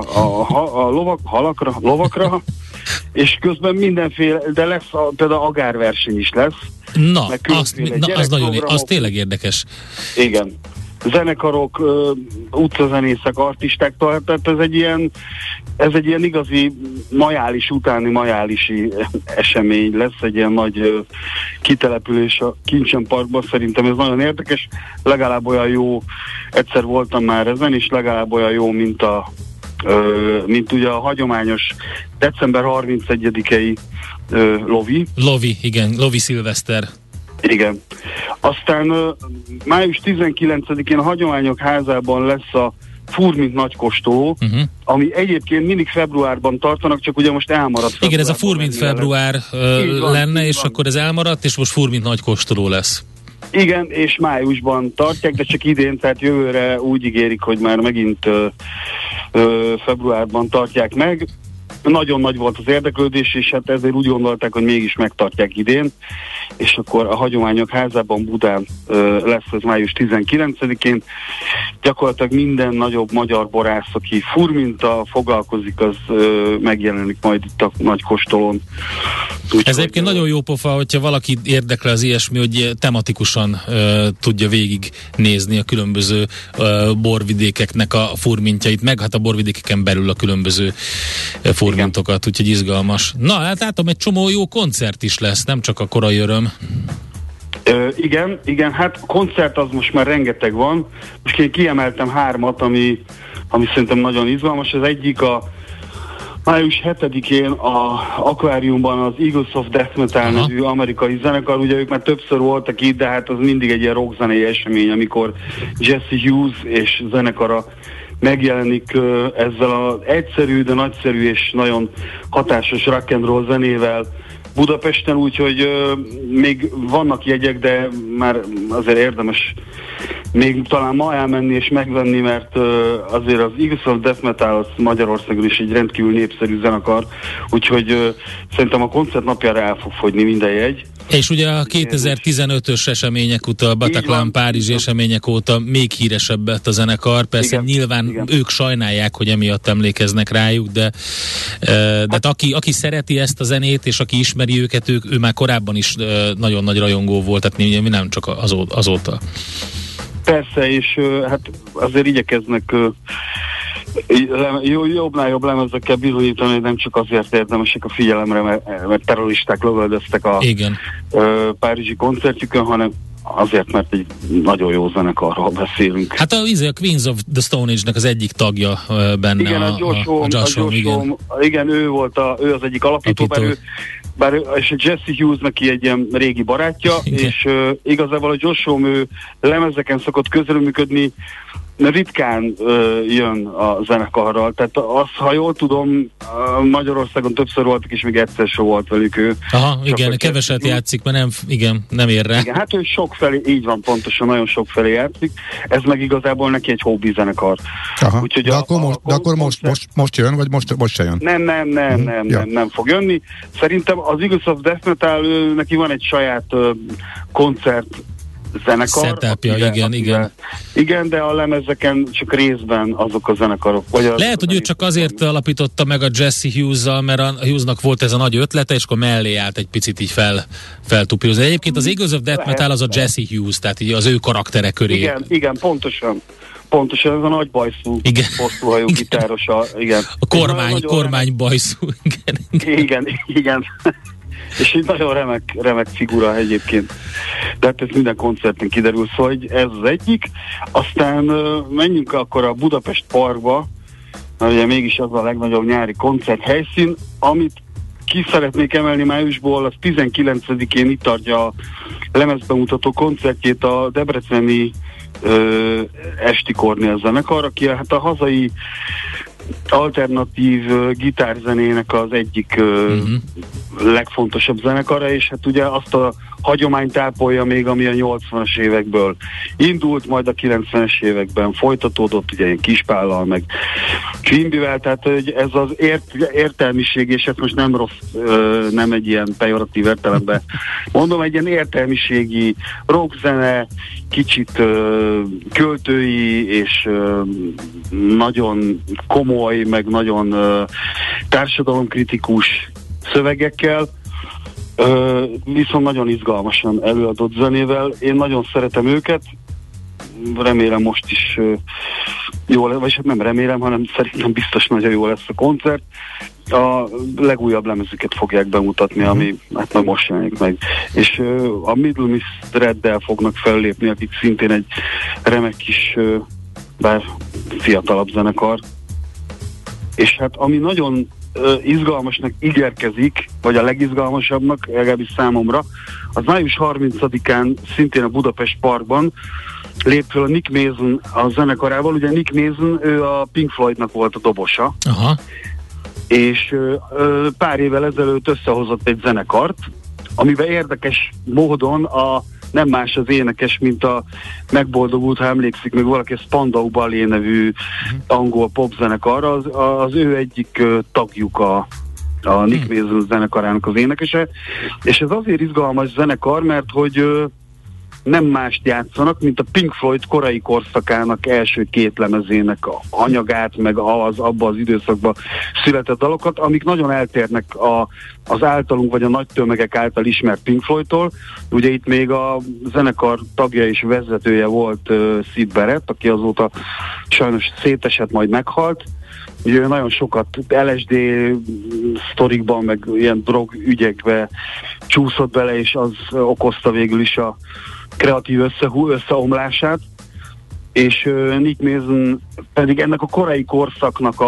lovakra, és közben mindenféle, de lesz például agárverseny is lesz. Az nagyon az tényleg érdekes. Igen. Zenekarok, utcazenészek, artisták, tehát ez egy ilyen igazi majális utáni majálisi esemény lesz, egy ilyen nagy kitelepülés a Kincsem Parkban, szerintem ez nagyon érdekes, legalább olyan jó, egyszer voltam már ezen, és legalább olyan jó, mint ugye a hagyományos december 31-i Lovi, igen, Lovi szilveszter. Igen. Aztán május 19-én a Hagyományok Házában lesz a Furmint nagykóstoló, ami egyébként mindig februárban tartanak, csak ugye most elmaradt. Igen, ez a Furmint február lenne, és akkor ez elmaradt, és most Furmint nagykóstoló lesz. Igen, és májusban tartják, de csak idén, tehát jövőre úgy ígérik, hogy már megint februárban tartják meg. nagyon nagy volt az érdeklődés, és hát ezért úgy gondolták, hogy mégis megtartják idén, és akkor a Hagyományok Házában Budán lesz ez május 19-én. Gyakorlatilag minden nagyobb magyar borász, aki furminta foglalkozik, az megjelenik majd itt a nagy kóstolón. Ez egyébként nagyon jó pofa, hogyha valaki érdekli az ilyesmi, hogy tematikusan tudja végignézni a különböző borvidékeknek a furmintjait, meg hát a borvidékeken belül a különböző furmintokat, úgyhogy izgalmas. Na, hát látom, egy csomó jó koncert is lesz, nem csak a korai öröm. Igen, hát koncert az most már rengeteg van. Most én kiemeltem 3, ami szerintem nagyon izgalmas. Az egyik a május 7-én a Akváriumban az Eagles of Death Metal nevű amerikai zenekar, ugye ők már többször voltak itt, de hát az mindig egy ilyen rockzenei esemény, amikor Jesse Hughes és zenekara megjelenik ezzel az egyszerű, de nagyszerű és nagyon hatásos rock and roll zenével Budapesten, úgyhogy még vannak jegyek, de már azért érdemes még talán ma elmenni és megvenni, mert azért az Eagles of Death Metal az Magyarországon is egy rendkívül népszerű zenekar, úgyhogy szerintem a koncert napjára el fog fogyni minden jegy. És ugye a 2015-ös események óta, a Bataclan Párizsi események óta még híresebb lett a zenekar. Persze nyilván ők sajnálják, hogy emiatt emlékeznek rájuk, de aki szereti ezt a zenét, és aki ismeri őket, ő már korábban is nagyon nagy rajongó volt, tehát mi nem csak azóta. Persze, és hát azért igyekeznek jobbnál jobb lemezekkel bizonyítani, hogy nem csak azért érdemesek a figyelemre, mert terroristák lövöldöztek a párizsi koncertjükön, hanem azért, mert egy nagyon jó zenekarról beszélünk. Hát a Queens of the Stone Age-nek az egyik tagja benne. Igen, a Josh Homme, igen, ő az egyik alapító, és Jesse Hughes neki egy ilyen régi barátja, és igazából a Josh Homme lemezeken szokott közreműködni, ritkán jön a zenekarral, tehát azt, ha jól tudom, Magyarországon többször voltak, és még egyszer se volt velük ő. Aha, igen, keveset játszik, mert nem ér rá. Igen, hát ő sokfelé, így van, pontosan, nagyon sokfelé játszik, ez meg igazából neki egy hobbi zenekar. Úgyhogy de akkor most jön, vagy most se jön? Nem fog jönni. Szerintem az Eagles of Death Metal, neki van egy saját koncert zenekar. Setupja, igen. Igen, de a lemezeken csak részben azok a zenekarok. Lehet, hogy ő csak azért alapította meg a Jesse Hughes-zal, mert a Hughes-nak volt ez a nagy ötlete, és akkor mellé állt egy picit így feltupírozni. Egyébként az Eagles of Death Metal az a Jesse Hughes, tehát így az ő karaktere köré. Igen, pontosan ez a nagy bajszú, hosszúhajú gitáros. Igen. A kormány bajszú. Igen. És egy nagyon remek figura egyébként. De hát ez minden koncerten kiderül, szóval hogy ez az egyik. Aztán menjünk akkor a Budapest Parkba, mert ugye mégis az a legnagyobb nyári koncerthelyszín, amit ki szeretnék emelni májusból, az 19-én itt tartja a lemezbemutató koncertjét a debreceni Esti Kornél zenekar, aki hát a hazai alternatív gitárzenének az egyik legfontosabb zenekara, és hát ugye azt a hagyományt tápolja még, ami a 80-as évekből indult, majd a 90-es években folytatódott, ugye ilyen Kispállal, meg Quimbyvel, tehát hogy ez az értelmiség, és ez most nem rossz, nem egy ilyen pejoratív értelemben mondom, egy ilyen értelmiségi rockzene, kicsit költői, és nagyon komoly, meg nagyon társadalomkritikus szövegekkel, viszont nagyon izgalmasan előadott zenével. Én nagyon szeretem őket, remélem most is jó lesz, vagy hát nem remélem, hanem szerintem biztos nagyon jó lesz a koncert. A legújabb lemezüket fogják bemutatni, ami hát már most jelenik meg. És a Middle Miss Reddel fognak fellépni, akik szintén egy remek kis, bár fiatalabb zenekar. És hát ami nagyon izgalmasnak ígérkezik, vagy a legizgalmasabbnak, legalábbis számomra, az május 30-án szintén a Budapest Parkban lép fel a Nick Mason a zenekarával. Ugye Nick Mason, ő a Pink Floydnak volt a dobosa. Aha. És pár évvel ezelőtt összehozott egy zenekart, amiben érdekes módon nem más az énekes, mint a megboldogult, ha emlékszik még valaki, a Spandau Ballet nevű angol popzenekar, az ő egyik tagjuk a a Nick Mason zenekarának az énekese, és ez azért izgalmas zenekar, mert hogy nem mást játszanak, mint a Pink Floyd korai korszakának első 2 lemezének anyagát, meg abban az időszakban született dalokat, amik nagyon eltérnek az általunk, vagy a nagy tömegek által ismert Pink Floydtól. Ugye itt még a zenekar tagja és vezetője volt Syd Barrett, aki azóta sajnos szétesett, majd meghalt. Ugye ő nagyon sokat LSD sztorikban, meg ilyen drog ügyekbe csúszott bele, és az okozta végül is a kreatív összeomlását, és Nick Mason pedig ennek a korai korszaknak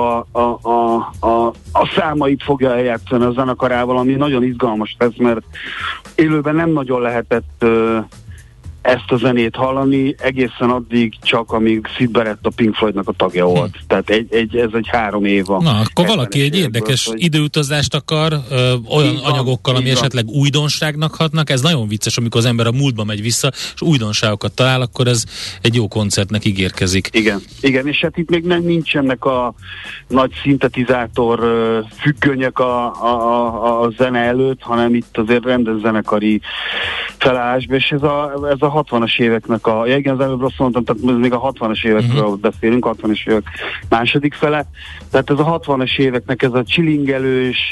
a számait fogja eljátszani a zenekarával, ami nagyon izgalmas lesz, mert élőben nem nagyon lehetett ezt a zenét hallani, egészen addig csak, amíg Syd Barrett a Pink Floydnak a tagja volt. Tehát ez egy 3 év van. Na, akkor valaki egy érdekes időutazást akar, olyan anyagokkal, ami esetleg újdonságnak hatnak. Ez nagyon vicces, amikor az ember a múltba megy vissza, és újdonságokat talál, akkor ez egy jó koncertnek ígérkezik. Igen, és hát itt még nincsenek a nagy szintetizátor függönyök a zene előtt, hanem itt azért rendes zenekari felállásban, és ez a 60-as éveknek igen, az előbb rosszul mondtam, tehát még a 60-as évekről beszélünk, 60-as évek második fele, tehát ez a 60-as éveknek ez a csilingelős,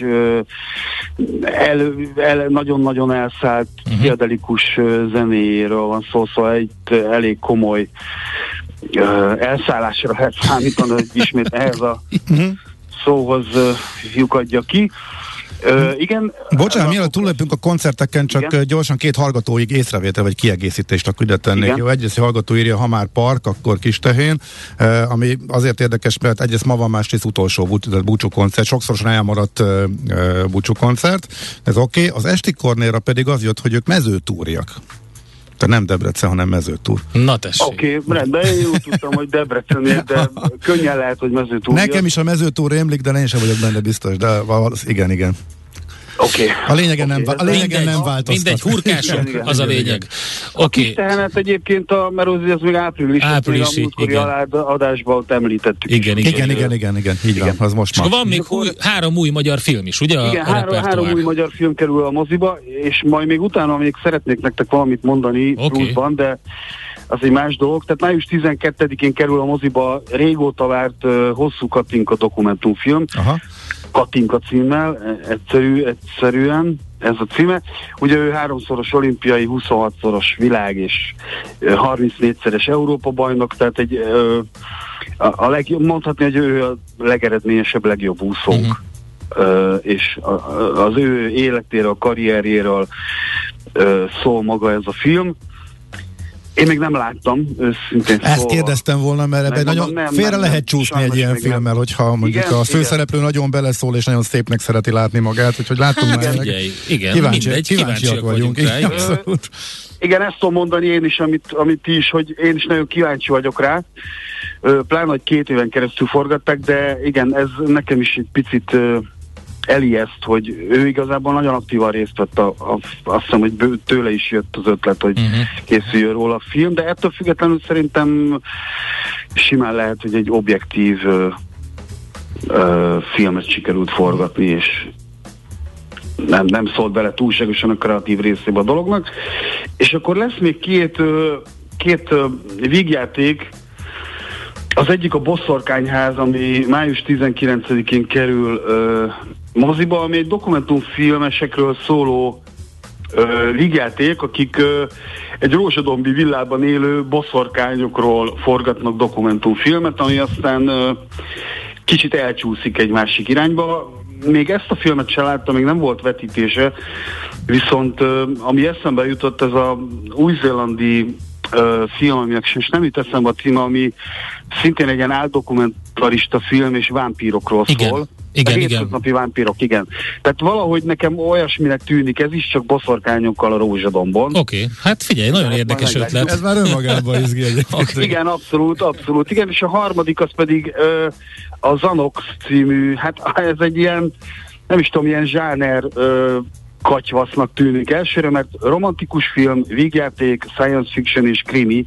nagyon-nagyon elszállt, pszichedelikus zenéről van szó, szóval egy elég komoly elszállásra lehet számítani, hogy ismét ehhez a szóhoz lyukadja ki. Igen. Bocsánat, mielőtt túllépünk a koncerteken, csak gyorsan 2 hallgatóig észrevétel vagy kiegészítést akkor ide tennék. Jó, egyrészt hallgató írja, ha már park, akkor Kistehén, ami azért érdekes, mert egyrészt ma van, másrészt utolsó búcsúkoncert, sokszorosan elmaradt búcsúkoncert, ez oké. Az esti kornéra pedig az jött, hogy ők mezőtúriak. Tehát nem Debrecen, hanem mezőtúr. Na tessék. Oké, rendben, én úgy tudtam, hogy Debrecennél, de könnyen lehet, hogy mezőtúr. Nekem is a mezőtúr rémlik, de én sem vagyok benne biztos, de igen. Okay. A lényegen nem változtat. Mindegy, hurkások, az a lényeg. A Kistehenet egyébként, mert ez még áprilisi, a múltkori adásban ott említettük. Igen, így van, az most már. Van még 3 új magyar film is, ugye? Igen, 3 új magyar film kerül a moziba, és majd még utána még szeretnék nektek valamit mondani pluszban, de az egy más dolog. Tehát május 12-én kerül a moziba régóta várt Hosszú Katinka dokumentumfilm. Aha. Katinka címmel, egyszerűen ez a címe. Ugye ő 3-szoros olimpiai, 26-szoros világ és 34-szeres Európa bajnok, tehát mondhatni, hogy ő a legeredményesebb, legjobb úszónk. És az ő életéről, a karrierjéről szól maga ez a film. Én még nem láttam, őszintén Ezt kérdeztem volna, mert ebben nagyon félre lehet csúszni egy ilyen filmmel, hogyha mondjuk a főszereplő nagyon beleszól, és nagyon szépnek szereti látni magát, úgyhogy látunk már. Kíváncsiak vagyunk. Igen, ezt tudom mondani én is, amit ti is, hogy én is nagyon kíváncsi vagyok rá. Pláne, hogy 2 éven keresztül forgatták, de igen, ez nekem is egy picit elijeszt, hogy ő igazából nagyon aktívan részt vett, azt hiszem, hogy tőle is jött az ötlet, hogy készüljön róla a film, de ettől függetlenül szerintem simán lehet, hogy egy objektív filmet sikerült forgatni, és nem szólt bele túlságosan a kreatív részébe a dolognak. És akkor lesz még két vígjáték. Az egyik a Boszorkányház, ami május 19-én kerül moziba, ami egy dokumentumfilmesekről szóló vígjáték, akik egy rózsadombi villában élő boszorkányokról forgatnak dokumentumfilmet, ami aztán kicsit elcsúszik egy másik irányba. Még ezt a filmet sem láttam, még nem volt vetítése, viszont ami eszembe jutott, ez a új-zélandi film, aminek és nem jut eszembe a címe, ami szintén egy ilyen áldokumentarista film, és vámpírokról szól. Igen. Napi vámpírok, igen. Tehát valahogy nekem olyasminek tűnik, ez is csak boszorkányokkal a rózsadombon. Oké, hát figyelj, nagyon érdekes ötlet. Ez már önmagában izgi egyébként. Igen, abszolút. Igen, és a harmadik az pedig a Zanox című, hát ez egy ilyen, nem is tudom, ilyen zsáner katyvasznak tűnik elsőre, mert romantikus film, vígjáték, science fiction és krimi,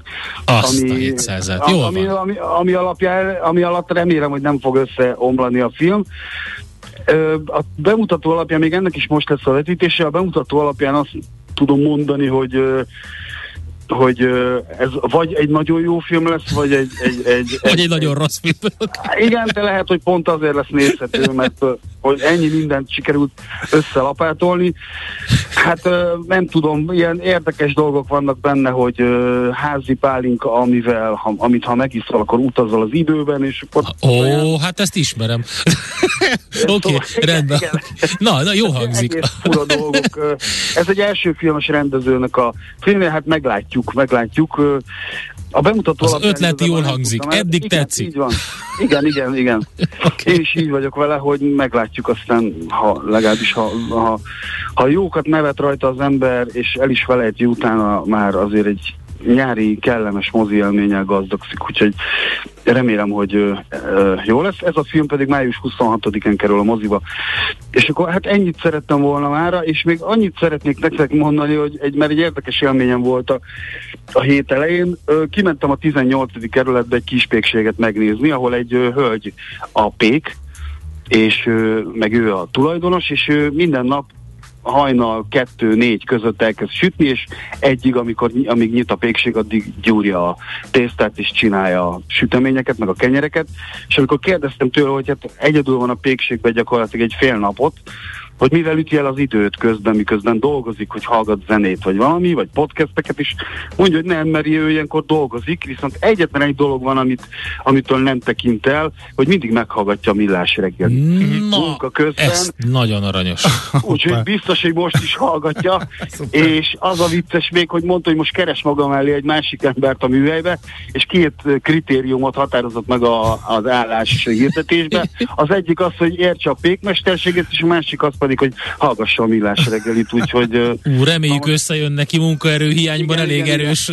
ami alatt remélem, hogy nem fog összeomlani a film. A bemutató alapján, még ennek is most lesz a vetítése, a bemutató alapján azt tudom mondani, hogy ez vagy egy nagyon jó film lesz, vagy egy nagyon rossz film. Igen, de lehet, hogy pont azért lesz nézhető, mert hogy ennyi mindent sikerült összelapátolni. Hát nem tudom, ilyen érdekes dolgok vannak benne, hogy házi pálinka, amit ha megiszol, akkor utazol az időben, és akkor... Hát ezt ismerem. Oké, rendben. Na, jó hangzik. Egész fura dolgok. Ez egy első filmes rendezőnek a filmje, hát meglátjuk. A bemutató az ötlet jól hangzik, eddig igen, tetszik. Így van. Igen. Okay. Én is így vagyok vele, hogy meglátjuk aztán, legalábbis ha jókat nevet rajta az ember, és el is felejti utána, már azért egy nyári kellemes mozi élménnyel gazdagszik, úgyhogy remélem, hogy jó lesz. Ez a film pedig május 26-án kerül a moziba. És akkor hát ennyit szerettem volna mára, és még annyit szeretnék nektek mondani, hogy mert egy érdekes élményem volt a hét elején. Kimentem a 18. kerületbe egy kispékséget megnézni, ahol egy hölgy a pék, és meg ő a tulajdonos, és ő minden nap hajnal 2-4 között elkezd sütni, és amíg nyit a pékség, addig gyúrja a tésztát, és csinálja a süteményeket, meg a kenyereket, és amikor kérdeztem tőle, hogy hát egyedül van a pékségben gyakorlatilag egy fél napot, hogy mivel üti el az időt közben, miközben dolgozik, hogy hallgat zenét, vagy valami, vagy podcasteket is, mondja, hogy nem, mert ő ilyenkor dolgozik, viszont egyetlen egy dolog van, amitől nem tekint el, hogy mindig meghallgatja a Millás reggelit. Munka közben. Ez nagyon aranyos. Úgyhogy biztos, hogy most is hallgatja, és az a vicces még, hogy mondta, hogy most keres magam elé egy másik embert a műhelybe, és 2 kritériumot határozott meg az állás hirdetésbe. Az egyik az, hogy értse a pékmesterséget, és a másik az pedig, hogy hallgassa a Millás reggelit, úgyhogy... Reméljük összejön neki munkaerő hiányban, igen, elég erős.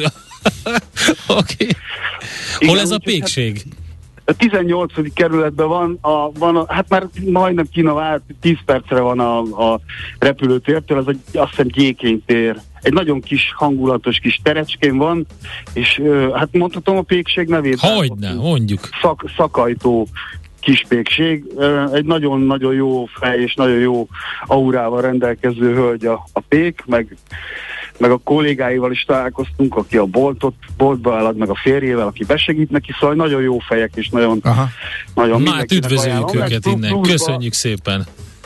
Oké. Hol ez a pékség? A 18. kerületben van, hát már majdnem Kína 10 percre van a repülőtértől, az azt hiszem Gyékény-tér. Egy nagyon kis, hangulatos kis terecskén van, és hát mondhatom a pékség nevét. Hogyne, mondjuk. Szakajtó kispékség, egy nagyon-nagyon jó fej és nagyon jó aurával rendelkező hölgy a pék, meg a kollégáival is találkoztunk, aki a boltba elad, meg a férjével, aki besegít neki, szóval nagyon jó fejek, és nagyon Na hát üdvözöljük őket innen, köszönjük szépen!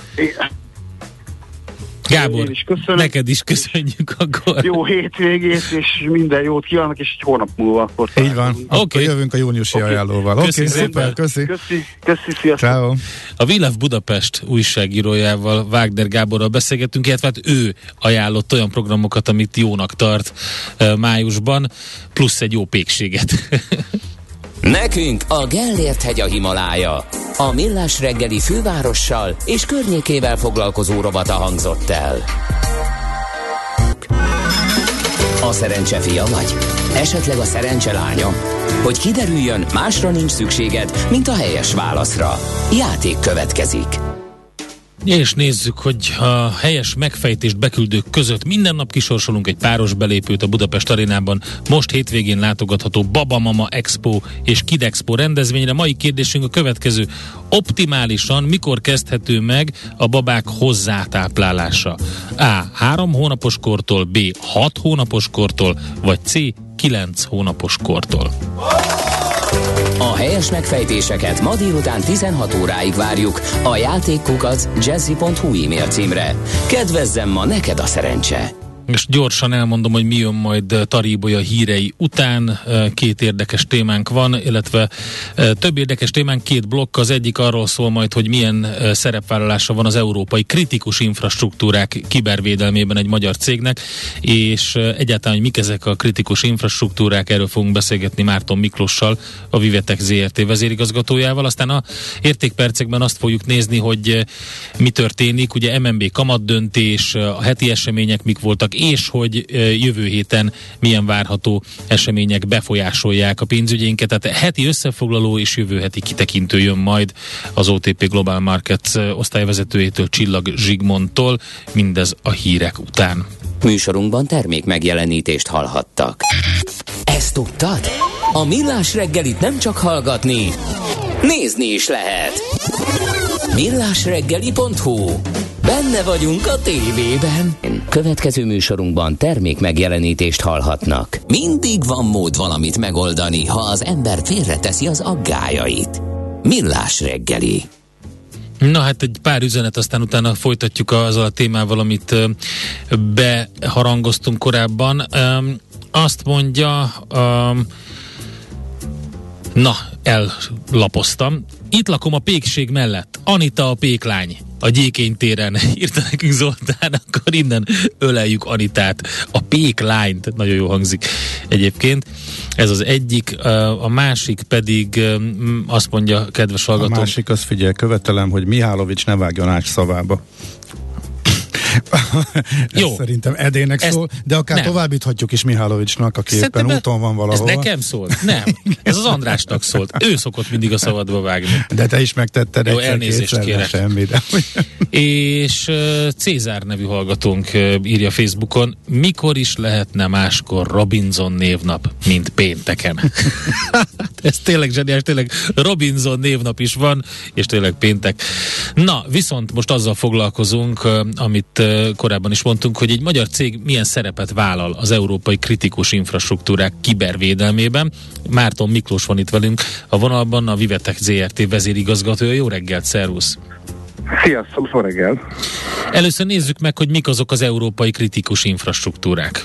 Gábor, neked is köszönjük akkor. Jó hétvégét, és minden jót kívánok, és egy hónap múlva akkor. Így van, akkor jövünk a júniusi ajánlóval. Köszi szépen. Köszi, sziasztok. Ciao. A We Love Budapest újságírójával, Wagner Gáborral beszélgettünk, illetve hát ő ajánlott olyan programokat, amit jónak tart májusban, plusz egy jó pékséget. Nekünk a Gellért-hegy a Himalája. A Millás reggeli fővárossal és környékével foglalkozó rovata hangzott el. A szerencse fia vagy? Esetleg a szerencse lánya? Hogy kiderüljön, másra nincs szükséged, mint a helyes válaszra. Játék következik. És nézzük, hogy a helyes megfejtést beküldők között minden nap kisorsolunk egy páros belépőt a Budapest Arénában. Most hétvégén látogatható Baba Mama Expo és Kid Expo rendezvényre. Mai kérdésünk a következő. Optimálisan mikor kezdhető meg a babák hozzátáplálása? A. 3 hónapos kortól, B. 6 hónapos kortól, vagy C. 9 hónapos kortól. A helyes megfejtéseket ma délután 16 óráig várjuk a játékkukac@jazzy.hu e-mail címre. Kedvezzem ma neked a szerencse! És gyorsan elmondom, hogy mi jön majd Taríbolya hírei után. 2 érdekes témánk van, illetve több érdekes témánk, 2 blokk. Az egyik arról szól majd, hogy milyen szerepvállalása van az európai kritikus infrastruktúrák kibervédelmében egy magyar cégnek, és egyáltalán, hogy mik ezek a kritikus infrastruktúrák, erről fogunk beszélgetni Márton Miklóssal, a Vivetek ZRT vezérigazgatójával. Aztán a értékpercekben azt fogjuk nézni, hogy mi történik. Ugye MNB kamatdöntés, a heti események mik voltak, és hogy jövő héten milyen várható események befolyásolják a pénzügyénket. Tehát heti összefoglaló és jövő heti kitekintő jön majd az OTP Global Markets osztályvezetőjétől, Csillag Zsigmondtól, mindez a hírek után. Műsorunkban termék megjelenítést hallhattak. Ezt tudtad? A Millás reggelit nem csak hallgatni, nézni is lehet. millásreggeli.hu. Benne vagyunk a tévében. Következő műsorunkban termék megjelenítést hallhatnak. Mindig van mód valamit megoldani, ha az ember félreteszi az aggályait. Millás reggeli. Na hát egy pár üzenet, aztán utána folytatjuk azzal a témával, amit beharangoztunk korábban. Azt mondja, ellapoztam. Itt lakom a pékség mellett. Anita a péklány. A Gyékény téren, írta nekünk Zoltán, akkor innen öleljük Anitát. A péklányt, nagyon jó hangzik egyébként. Ez az egyik, a másik pedig azt mondja, kedves hallgató. A másik, azt figyelj, követelem, hogy Mihálovics ne vágjon Ács szavába. Jó. Szerintem Edének szól, de akár nem. Továbbíthatjuk is Mihálovicsnak, aki szerintem éppen úton van valahol. Ez nekem szólt? Nem. Ez az Andrásnak szólt. Ő szokott mindig a szabadba vágni. De te is megtetted. Jó, elnézést kérek. Semmi, de... És Cézár nevű hallgatónk írja Facebookon, mikor is lehetne máskor Robinson névnap, mint pénteken? Ez tényleg zseniás, tényleg Robinson névnap is van, és tényleg péntek. Na, viszont most azzal foglalkozunk, amit korábban is mondtunk, hogy egy magyar cég milyen szerepet vállal az európai kritikus infrastruktúrák kibervédelmében. Márton Miklós van itt velünk a vonalban, a Vivetek ZRT vezérigazgatója. Jó reggelt, szervusz! Sziasztok, jó reggel! Először nézzük meg, hogy mik azok az európai kritikus infrastruktúrák.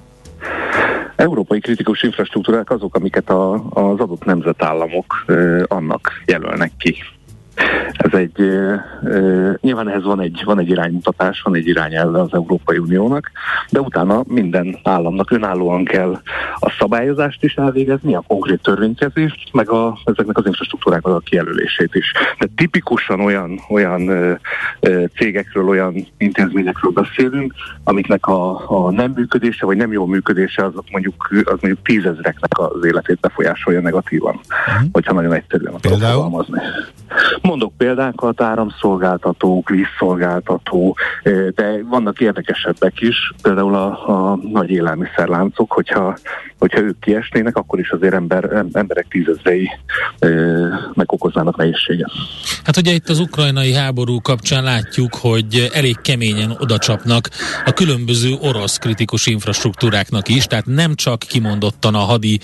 Európai kritikus infrastruktúrák azok, amiket az adott nemzetállamok annak jelölnek ki. Ez nyilván ehhez van egy iránymutatás, van egy irányelve az Európai Uniónak, de utána minden államnak önállóan kell a szabályozást is elvégezni, a konkrét törvénykezést, meg ezeknek az infrastruktúráknak a kijelölését is. De tipikusan olyan cégekről, olyan intézményekről beszélünk, amiknek a nem működése, vagy nem jó működése az mondjuk 10 000-eknek az életét befolyásolja negatívan, hogyha nagyon egyszerűen akarok fogalmazni. Mondok példákat, áramszolgáltatók, vízszolgáltató, de vannak érdekesebbek is, például a nagy élelmiszerláncok, hogyha ők kiesnének, akkor is azért emberek 10 000-ei megokoznának nehézséget. Hát ugye itt az ukrajnai háború kapcsán látjuk, hogy elég keményen odacsapnak a különböző orosz kritikus infrastruktúráknak is, tehát nem csak kimondottan a hadi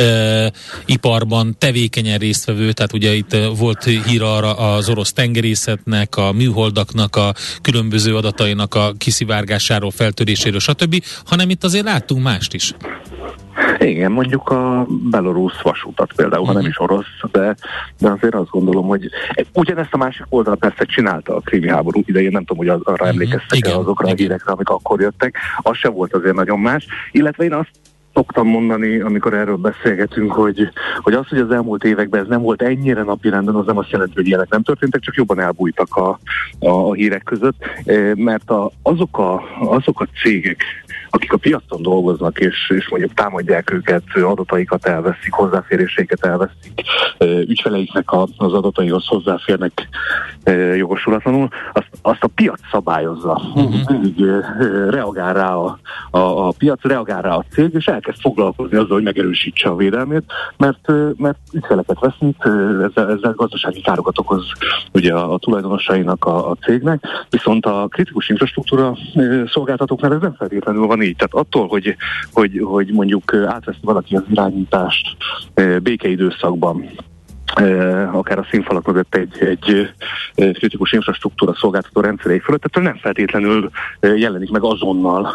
iparban tevékenyen résztvevő, tehát ugye itt volt hír arra az orosz tengerészetnek, a műholdaknak, a különböző adatainak a kiszivárgásáról, feltöréséről, stb., hanem itt azért láttunk mást is. Igen, mondjuk a belorusz vasútat például, ha nem is orosz, de azért azt gondolom, hogy ugyanezt a másik oldal persze csinálta a krími háború idején, nem tudom, hogy arra emlékeztek azokra a hírekre, amik akkor jöttek, az se volt azért nagyon más, illetve én azt szoktam mondani, amikor erről beszélgetünk, hogy az, hogy az elmúlt években ez nem volt ennyire napirenden, az nem azt jelenti, hogy ilyenek nem történtek, csak jobban elbújtak a hírek között, mert azok a cégek, akik a piacon dolgoznak, és mondjuk támadják őket, adataikat elveszik, hozzáféréseiket elveszik, ügyfeleiknek az adataihoz hozzáférnek jogosulatlanul, azt a piac szabályozza. Mindig reagál rá a piac, reagál rá a cég, és elkezd foglalkozni azzal, hogy megerősítse a védelmét, mert ügyfeleket veszít, ezzel gazdasági károkat okoz ugye a tulajdonosainak a cégnek, viszont a kritikus infrastruktúra szolgáltatóknál ez nem feltétlenül van így. Tehát attól, hogy mondjuk átveszi valaki az irányítást békeidőszakban, akár a színfalak mögött egy kritikus infrastruktúra szolgáltató rendszerei fölött, tehát nem feltétlenül jelenik meg azonnal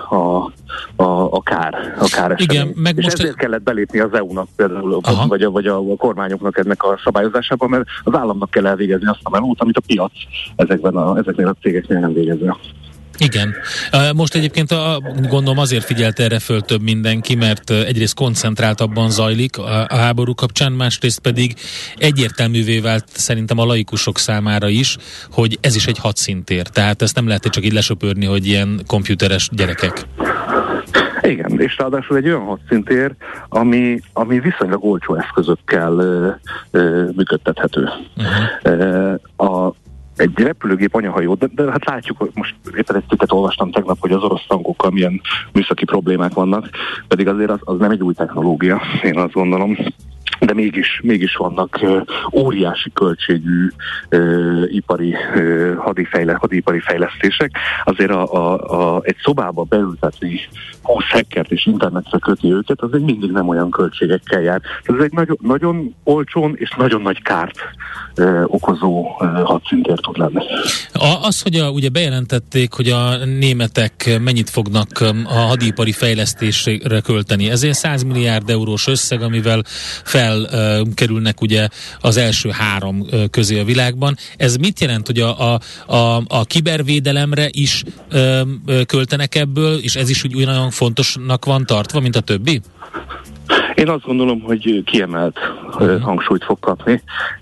a kár esemény. Igen, és ezért kellett belépni az EU-nak például, vagy a kormányoknak ennek a szabályozásában, mert az államnak kell elvégezni azt a melót, amit a piac ezeknél a cégeknél nem végezne. Igen. Most egyébként gondolom azért figyelt erre föl több mindenki, mert egyrészt koncentráltabban zajlik a háború kapcsán, másrészt pedig egyértelművé vált szerintem a laikusok számára is, hogy ez is egy hadszintér. Tehát ezt nem lehet csak így lesöpörni, hogy ilyen komputeres gyerekek. Igen, és ráadásul egy olyan hadszintér, ami viszonylag olcsó eszközökkel működtethető. Egy repülőgép anyahajó, de hát látjuk, most éppen egy cikket olvastam tegnap, hogy az orosz tankokkal milyen műszaki problémák vannak, pedig azért az nem egy új technológia, én azt gondolom. de mégis vannak óriási költségű ipari hadipari fejlesztések. Azért egy szobába beültetni 20 hackert és internetre köti őket, az egy mindig nem olyan költségekkel jár. Ez egy nagyon, nagyon olcsón és nagyon nagy kárt okozó hadszintér tud lenni. Az, hogy ugye bejelentették, hogy a németek mennyit fognak a hadipari fejlesztésre költeni. Ez egy 100 milliárd eurós összeg, amivel felkerülnek ugye az első 3 közé a világban. Ez mit jelent, hogy a kibervédelemre is költenek ebből, és ez is úgy nagyon fontosnak van tartva, mint a többi? Én azt gondolom, hogy kiemelt hangsúlyt fog kapni.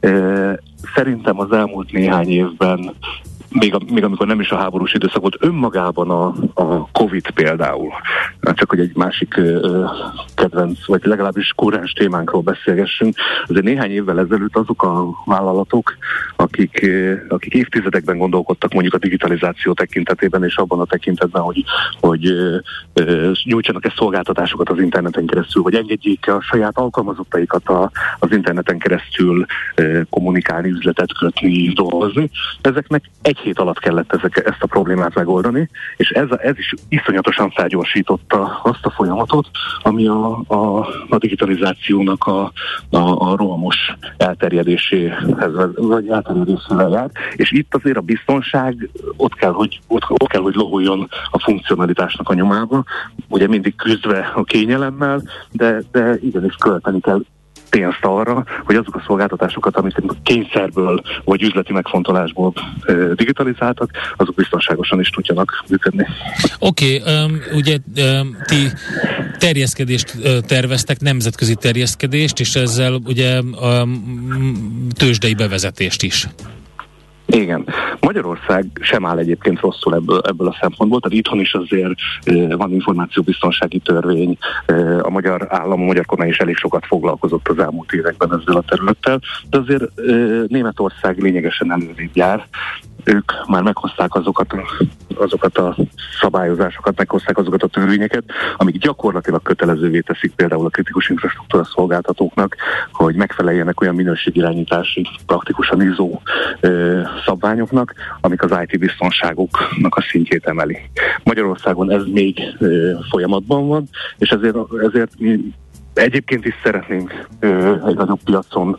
Szerintem az elmúlt néhány évben, még amikor nem is a háborús időszak volt, önmagában a Covid például, csak hogy egy másik kedvenc, vagy legalábbis kuráns témánkról beszélgessünk, azért néhány évvel ezelőtt azok a vállalatok, akik évtizedekben gondolkodtak mondjuk a digitalizáció tekintetében, és abban a tekintetben, hogy nyújtsanak szolgáltatásokat az interneten keresztül, vagy engedjék a saját alkalmazottaikat az interneten keresztül kommunikálni, üzletet kötni, dolgozni. Ezeknek egy hét alatt kellett ezt a problémát megoldani, és ez is iszonyatosan felgyorsította azt a folyamatot, ami a digitalizációnak a rohamos elterjedésével jár, és itt azért a biztonság ott kell, hogy lohuljon a funkcionalitásnak a nyomába, ugye mindig küzdve a kényelemmel, de igenis költeni kell pénzt arra, hogy azok a szolgáltatásokat, amit kényszerből vagy üzleti megfontolásból digitalizáltak, azok biztonságosan is tudjanak működni. Oké, ugye ti terjeszkedést terveztek, nemzetközi terjeszkedést, és ezzel ugye tőzsdei bevezetést is. Igen. Magyarország sem áll egyébként rosszul ebből a szempontból, tehát itthon is azért van információbiztonsági törvény, a magyar állam, a magyar kormány is elég sokat foglalkozott az elmúlt években ezzel a területtel, de azért Németország lényegesen előrébb jár. Ők már meghozták azokat a szabályozásokat, meghozták azokat a törvényeket, amik gyakorlatilag kötelezővé teszik például a kritikus infrastruktúra szolgáltatóknak, hogy megfeleljenek olyan minőségirányítási, praktikusan ISO szabványoknak, amik az IT biztonságoknak a szintjét emeli. Magyarországon ez még folyamatban van, és ezért mi egyébként is szeretnénk egy nagyobb piacon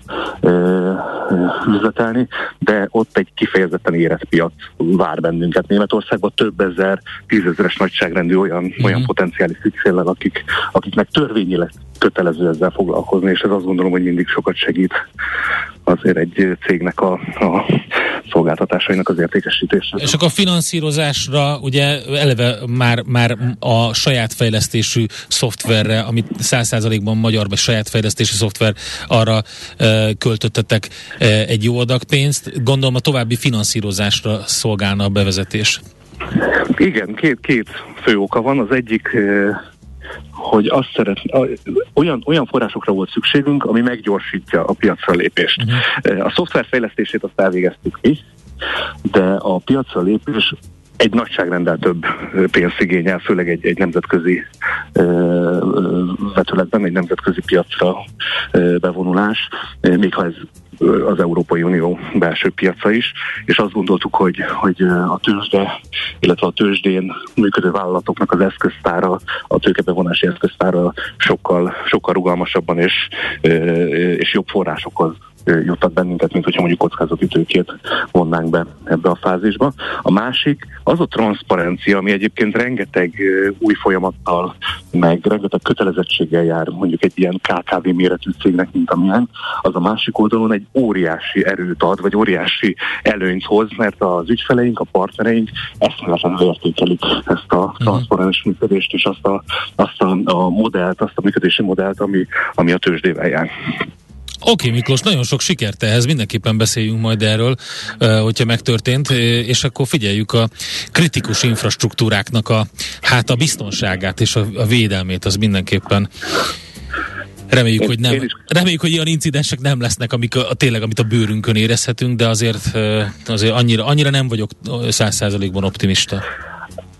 üzletelni, de ott egy kifejezetten érett piac vár bennünket. Németországban több ezer, 10 000-es nagyságrendű olyan potenciális ügyféllel, akiknek törvényileg kötelező ezzel foglalkozni, és ez azt gondolom, hogy mindig sokat segít azért egy cégnek a szolgáltatásainak az értékesítésre. És akkor a finanszírozásra ugye eleve már a saját fejlesztésű szoftverre, amit 100%-ban magyar vagy saját fejlesztésű szoftver, arra költöttetek egy jó adag pénzt. Gondolom a további finanszírozásra szolgálna a bevezetés. Igen, két fő oka van. Az egyik, hogy olyan forrásokra volt szükségünk, ami meggyorsítja a piacra lépést. A szoftver fejlesztését azt elvégeztük mi, de a piacra lépés egy nagyságrendel több pénzt igényel, főleg egy nemzetközi vetületben, egy nemzetközi piacra bevonulás, még ha ez az Európai Unió belső piaca is, és azt gondoltuk, hogy a tőzsde, illetve a tőzsdén működő vállalatoknak az eszköztára, a tőkebevonási eszköztára sokkal rugalmasabban és jobb forrásokhoz juttat bennünket, mint hogyha mondjuk kockázati tőkét vonnánk be ebbe a fázisba. A másik az a transzparencia, ami egyébként rengeteg új folyamattal, meg rengeteg kötelezettséggel jár mondjuk egy ilyen KKV méretű cégnek, mint amilyen, az a másik oldalon egy óriási erőt ad, vagy óriási előnyt hoz, mert az ügyfeleink, a partnereink eszméletlenül értékelik ezt a transzparens működést, és azt a modellt, azt a működési modellt, ami a tőzsdével jár. Oké, Miklós, nagyon sok sikert ehhez, mindenképpen beszéljünk majd erről, hogyha megtörtént, és akkor figyeljük a kritikus infrastruktúráknak a biztonságát és a védelmét, az mindenképpen. Reméljük, hogy ilyen incidensek nem lesznek, amit a bőrünkön érezhetünk, de azért annyira nem vagyok 100%-ban optimista.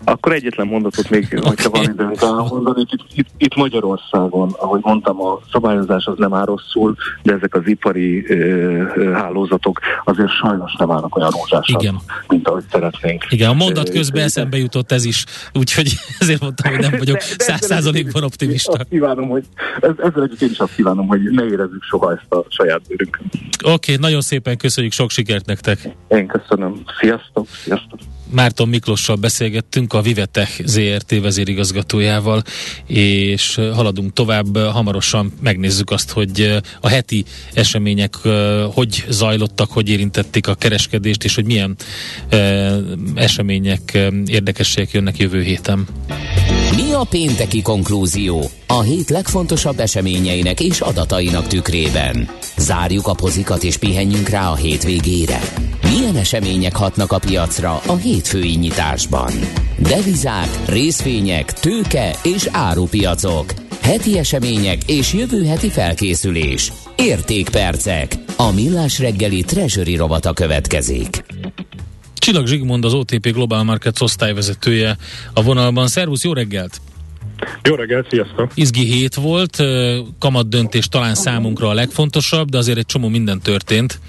Akkor egyetlen mondatot még, hogyha van időnk mondani. Itt Magyarországon, ahogy mondtam, a szabályozás az nem áll rosszul, de ezek az ipari hálózatok azért sajnos nem állnak olyan rózsásan, mint ahogy szeretnénk. Igen, a mondat közben eszembe jutott ez is, úgyhogy ezért mondtam, hogy nem vagyok 100%-ban optimista. Azt kívánom, hogy ezzel együtt én is azt kívánom, hogy ne érezzük soha ezt a saját bőrünkön. Oké, nagyon szépen köszönjük, sok sikert nektek! Én köszönöm. Sziasztok! Márton Miklossal beszélgettünk, a Vivetech ZRT vezérigazgatójával, és haladunk tovább. Hamarosan megnézzük azt, hogy a heti események hogy zajlottak, hogy érintették a kereskedést, és hogy milyen események, érdekességek jönnek jövő héten. Mi a pénteki konklúzió a hét legfontosabb eseményeinek és adatainak tükrében? Zárjuk a pozikat és pihenjünk rá a hétvégére. Milyen események hatnak a piacra a hétfői nyitásban? Devizák, részvények, tőke és árupiacok. Heti események és jövő heti felkészülés. Értékpercek. A Millás reggeli Treasury rovata következik. Csillag Zsigmond, az OTP Global Markets osztályvezetője a vonalban. Szervusz, jó reggelt! Jó reggelt, sziasztok! Izgi hét volt, kamatdöntés talán számunkra a legfontosabb, de azért egy csomó minden történt.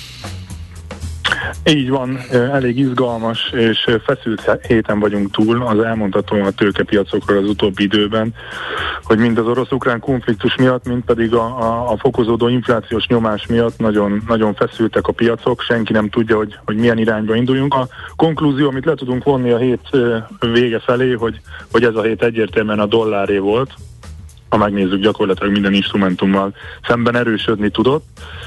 Így van, elég izgalmas és feszült héten vagyunk túl. Az elmondható a tőkepiacokról az utóbbi időben, hogy mind az orosz-ukrán konfliktus miatt, mind pedig a fokozódó inflációs nyomás miatt nagyon, nagyon feszültek a piacok. Senki nem tudja, hogy milyen irányba induljunk. A konklúzió, amit le tudunk vonni a hét vége felé, hogy ez a hét egyértelműen a dolláré volt. Ha megnézzük, gyakorlatilag minden instrumentummal szemben erősödni tudott.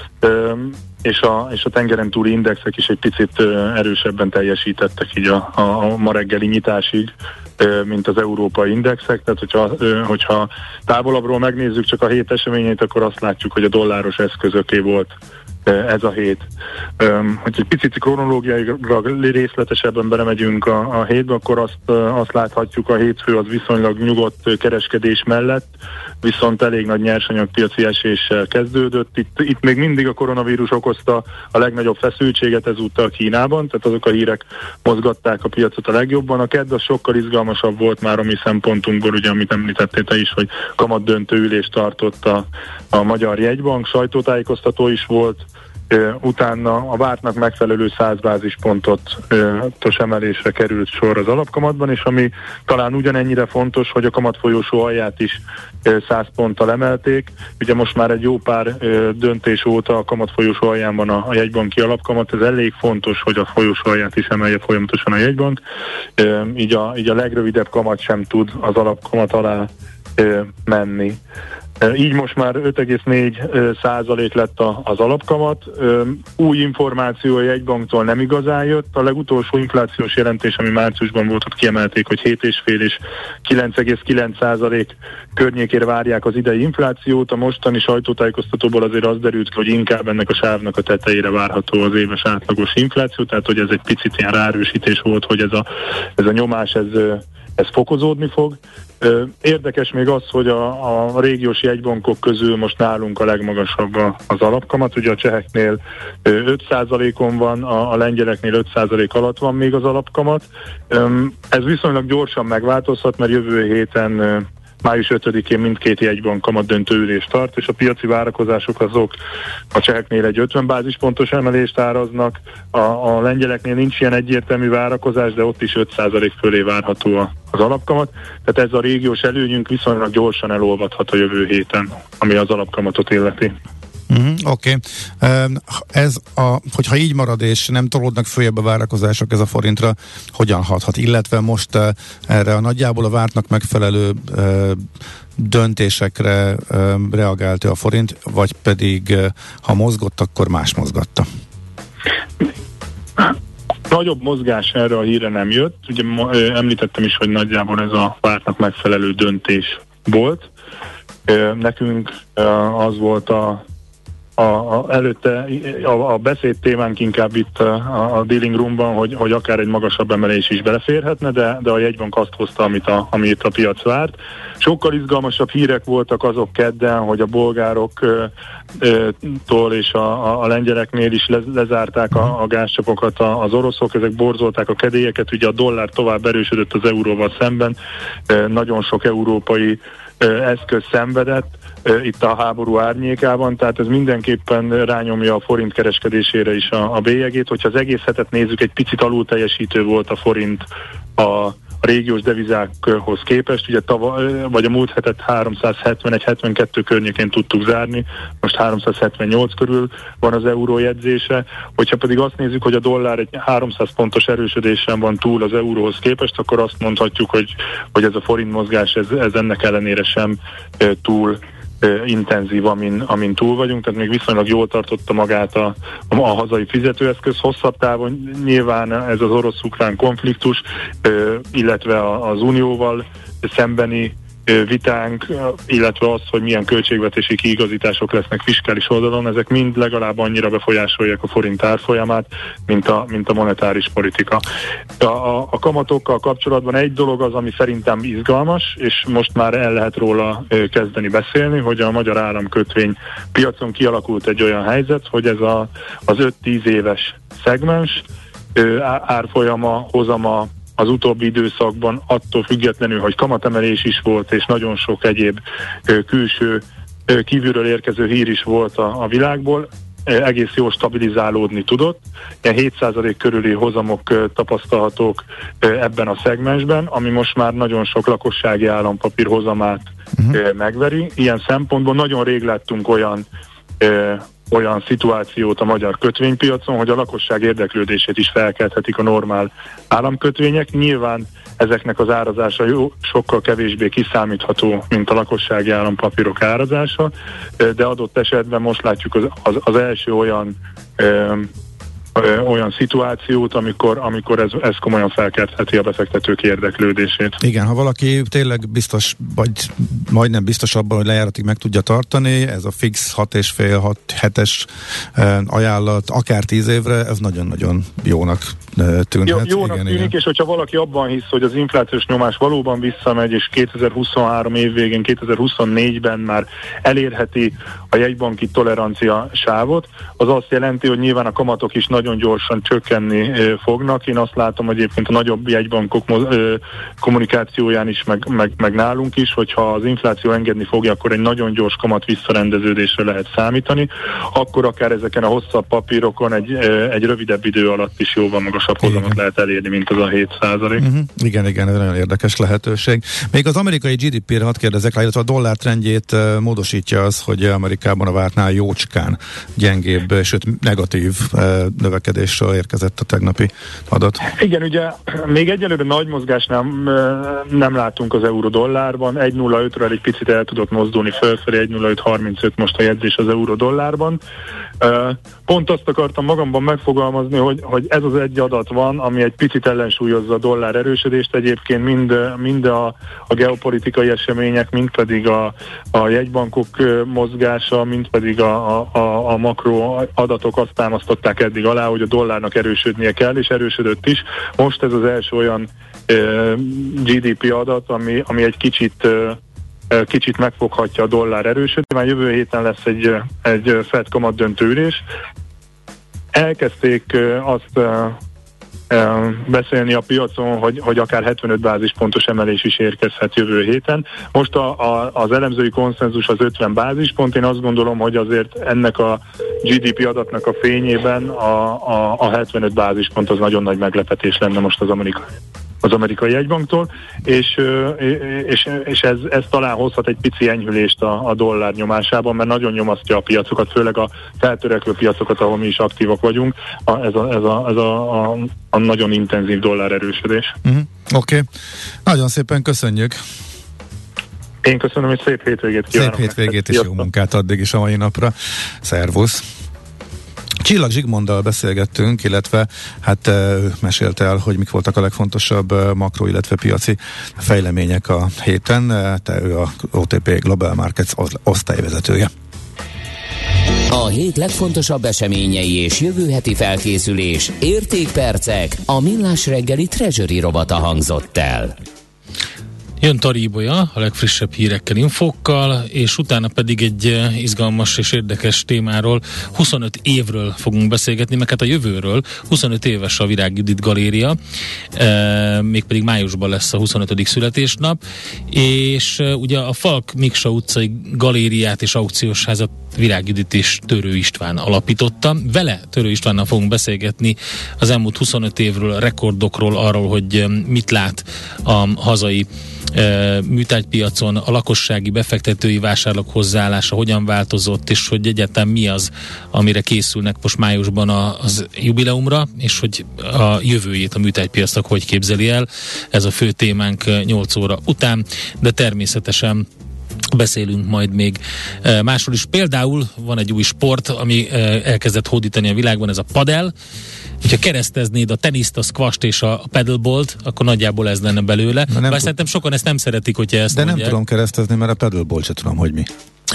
És a tengeren túli indexek is egy picit erősebben teljesítettek így a ma reggeli nyitásig, mint az európai indexek. Tehát, hogyha távolabbról megnézzük csak a hét eseményeit, akkor azt látjuk, hogy a dolláros eszközöké volt ez a hét. Hogy egy picit kronológiailag részletesebben belemegyünk a hétbe, akkor azt láthatjuk, a hétfő az viszonylag nyugodt kereskedés mellett, viszont elég nagy nyersanyagpiaci eséssel kezdődött. Itt még mindig a koronavírus okozta a legnagyobb feszültséget ezúttal Kínában, tehát azok a hírek mozgatták a piacot a legjobban. A kedd az sokkal izgalmasabb volt már a mi szempontunkból, ugye, amit említettél te is, hogy kamatdöntő ülést tartott a Magyar Jegybank, sajtótájékoztató is volt, utána a vártnak megfelelő 100 bázispontos emelésre került sor az alapkamatban, és ami talán ugyanennyire fontos, hogy a kamatfolyósó alját is 100 ponttal emelték. Ugye most már egy jó pár döntés óta a kamatfolyósó alján van a jegybanki alapkamat, ez elég fontos, hogy a folyósó alját is emelje folyamatosan a jegybank. Így a legrövidebb kamat sem tud az alapkamat alá menni. Így most már 5,4% lett az alapkamat. Új információ a jegybanktól nem igazán jött. A legutolsó inflációs jelentés, ami márciusban volt, ott kiemelték, hogy 7,5 és 9,9% környékére várják az idei inflációt. A mostani sajtótájékoztatóból azért az derült ki, hogy inkább ennek a sávnak a tetejére várható az éves átlagos infláció, tehát hogy ez egy picit ilyen ráerősítés volt, hogy ez a nyomás ez fokozódni fog. Érdekes még az, hogy a régiós jegybankok közül most nálunk a legmagasabb az alapkamat. Ugye a cseheknél 5%-on van, a lengyeleknél 5% alatt van még az alapkamat. Ez viszonylag gyorsan megváltozhat, mert jövő héten május 5-én mindkét jegybank kamatdöntő ülést tart, és a piaci várakozások azok a cseheknél egy 50 bázispontos emelést áraznak, a lengyeleknél nincs ilyen egyértelmű várakozás, de ott is 5% fölé várható az alapkamat. Tehát ez a régiós előnyünk viszonylag gyorsan elolvadhat a jövő héten, ami az alapkamatot illeti. Oké. Hogyha így marad és nem tolódnak följebb a várakozások, ez a forintra hogyan hathat? Illetve most erre a nagyjából a vártnak megfelelő döntésekre reagált a forint, vagy pedig ha mozgott, akkor más mozgatta? Nagyobb mozgás erre a híre nem jött. Ugye említettem is, hogy nagyjából ez a vártnak megfelelő döntés volt. Nekünk az volt a előtte a beszéd témánk inkább itt a dealing roomban, hogy akár egy magasabb emelés is beleférhetne, de a jegybank azt hozta, amit a piac várt. Sokkal izgalmasabb hírek voltak azok kedden, hogy a bolgároktól és a lengyeleknél is lezárták a gázcsapokat az oroszok, ezek borzolták a kedélyeket, ugye a dollár tovább erősödött az euróval szemben, nagyon sok európai eszköz szenvedett itt a háború árnyékában, tehát ez mindenképpen rányomja a forint kereskedésére is a bélyegét. Hogyha az egész hetet nézzük, egy picit alulteljesítő volt a forint a régiós devizákhoz képest, ugye vagy a múlt hetet 371-72 környékén tudtuk zárni, most 378 körül van az euró jegyzése. Hogyha pedig azt nézzük, hogy a dollár egy 300 pontos erősödésen van túl az euróhoz képest, akkor azt mondhatjuk, hogy ez a forint mozgás, ez ennek ellenére sem túl intenzív, amin túl vagyunk, tehát még viszonylag jól tartotta magát a hazai fizetőeszköz. Hosszabb távon nyilván ez az orosz-ukrán konfliktus, illetve az unióval szembeni vitánk, illetve az, hogy milyen költségvetési kiigazítások lesznek fiskális oldalon, ezek mind legalább annyira befolyásolják a forint árfolyamát, mint a monetáris politika. A kamatokkal kapcsolatban egy dolog az, ami szerintem izgalmas, és most már el lehet róla kezdeni beszélni, hogy a magyar államkötvény piacon kialakult egy olyan helyzet, hogy ez az 5-10 éves szegmens árfolyama, hozama az utóbbi időszakban attól függetlenül, hogy kamatemelés is volt, és nagyon sok egyéb külső, kívülről érkező hír is volt a világból, egész jól stabilizálódni tudott. Ilyen 7% körüli hozamok tapasztalhatók ebben a szegmensben, ami most már nagyon sok lakossági állampapír hozamát megveri. Ilyen szempontból nagyon rég láttunk olyan szituációt a magyar kötvénypiacon, hogy a lakosság érdeklődését is felkelthetik a normál államkötvények. Nyilván ezeknek az árazása sokkal kevésbé kiszámítható, mint a lakossági állampapírok árazása, de adott esetben most látjuk az első olyan szituációt, amikor ez komolyan felkeltheti a befektetők érdeklődését. Igen, ha valaki tényleg biztos, vagy majdnem biztos abban, hogy lejáratig meg tudja tartani, ez a fix 6,5-6-7-es ajánlat, akár 10 évre, ez nagyon-nagyon jónak tűnhet. Jónak tűnik, igen. És hogyha valaki abban hisz, hogy az inflációs nyomás valóban visszamegy, és 2023 év végén, 2024-ben már elérheti a jegybanki tolerancia sávot, az azt jelenti, hogy nyilván a kamatok is nagyon gyorsan csökkenni fognak. Én azt látom egyébként a nagyobb jegybankok kommunikációján is, meg nálunk is, hogyha az infláció engedni fogja, akkor egy nagyon gyors kamat visszarendeződésre lehet számítani, akkor akár ezeken a hosszabb papírokon egy rövidebb idő alatt is jóval magasabb hozamot lehet elérni, mint az a 7%. Igen, ez nagyon érdekes lehetőség. Még az amerikai GDP-re hadd kérdezek rá, illetve a dollár trendjét módosítja az, hogy Amerikában a vártnál jócskán gyengébb, sőt negatív növekedésről érkezett a tegnapi adat. Igen, ugye még egyelőre nagy mozgást nem látunk az euró-dollárban. 1,05-ről egy picit el tudott mozdulni fölfelé, 1,0535 most a jegyzés az euró-dollárban. Pont azt akartam magamban megfogalmazni, hogy ez az egy adat van, ami egy picit ellensúlyozza a dollár erősödést. Egyébként mind a geopolitikai események, mind pedig a jegybankok mozgása, mind pedig a makro adatok azt támasztották eddig alá, hogy a dollárnak erősödnie kell, és erősödött is. Most ez az első olyan GDP adat, ami egy kicsit megfoghatja a dollár erősödést. Már jövő héten lesz egy Fed kamatdöntő ülés. Elkezdték azt beszélni a piacon, hogy akár 75 bázispontos emelés is érkezhet jövő héten. Most az elemzői konszenzus az 50 bázispont. Én azt gondolom, hogy azért ennek a GDP adatnak a fényében a 75 bázispont az nagyon nagy meglepetés lenne most az amerikai jegybanktól, és ez talán hozhat egy pici enyhülést a dollár nyomásában, mert nagyon nyomasztja a piacokat, főleg a feltörekvő piacokat, ahol mi is aktívak vagyunk, ez a nagyon intenzív dollár erősödés. Oké. Nagyon szépen köszönjük. Én köszönöm, és szép hétvégét kívánok. Szép hétvégét és jó munkát addig is a mai napra. Szervusz! Csillag Zsigmonddal beszélgettünk, illetve hát mesélte el, hogy mik voltak a legfontosabb makro, illetve piaci fejlemények a héten. Ő a OTP Global Markets osztályvezetője. A hét legfontosabb eseményei és jövő heti felkészülés, értékpercek, a Millás reggeli Treasury rovata hangzott el. Jön Taríbolya a legfrissebb hírekkel, infókkal, és utána pedig egy izgalmas és érdekes témáról, 25 évről fogunk beszélgetni, meg hát a jövőről. 25 éves a Virág Judit Galéria, mégpedig májusban lesz a 25. születésnap, és ugye a Falk Miksa utcai galériát és aukciós házat Virág Judit és Törő István alapította. Vele, Törő Istvánnal fogunk beszélgetni az elmúlt 25 évről, a rekordokról, arról, hogy mit lát a hazai műtárgypiacon, a lakossági befektetői vásárlók hozzáállása hogyan változott, és hogy egyáltalán mi az, amire készülnek most májusban az jubileumra, és hogy a jövőjét a műtárgypiacnak hogy képzeli el. Ez a fő témánk 8 óra után, de természetesen beszélünk majd még másról is. Például van egy új sport, ami elkezdett hódítani a világban, ez a padel. Ha kereszteznéd a teniszt, a squasht és a paddlebolt, akkor nagyjából ez lenne belőle. Bár szerintem sokan ezt nem szeretik, hogyha ezt de mondják. Nem tudom keresztezni, mert a paddlebolt sem tudom, hogy mi.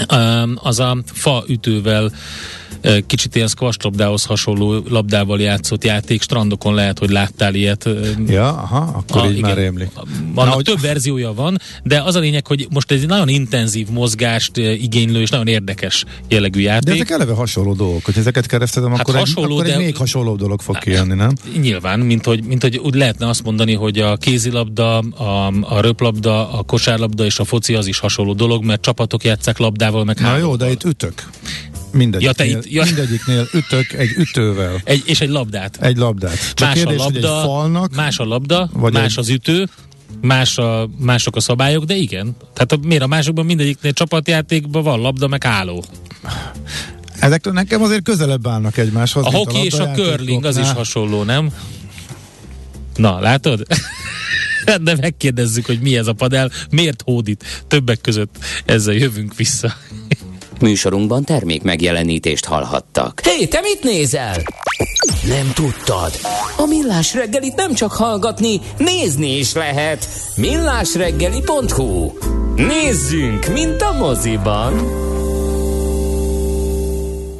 Az a fa ütővel kicsit ilyen squash labdához hasonló labdával játszott játék, strandokon lehet, hogy láttál ilyet. Ja, aha, akkor így igen, már rémlik. Annak több verziója van, de az a lényeg, hogy most ez egy nagyon intenzív mozgást igénylő és nagyon érdekes jellegű játék. De ezek eleve hasonló dolgok, hogy ezeket keresztezem, hát akkor egy még hasonló dolog fog kijönni, nem? Nyilván, mint hogy úgy lehetne azt mondani, hogy a kézilabda, a röplabda, a kosárlabda és a foci az is hasonló dolog, mert csapatok játsszák labdával, meg hálóval. Na jó, de itt ütök. Mindegyiknél ütök egy ütővel. És egy labdát. Egy labdát. Csak más kérdés, a labda, hogy egy falnak, más a labda, más az ütő, mások a szabályok, de igen. Tehát miért a másokban mindegyiknél csapatjátékban van labda, meg álló. Ezektől nekem azért közelebb állnak egymáshoz. A hoki és a curling az is hasonló, nem? Na, látod? De megkérdezzük, hogy mi ez a padel, miért hódít. Többek között ezzel jövünk vissza. Műsorunkban termék megjelenítést hallhattak. Hé, te mit nézel? Nem tudtad? A Millás reggelit nem csak hallgatni, nézni is lehet. millásreggeli.hu. Nézzünk, mint a moziban.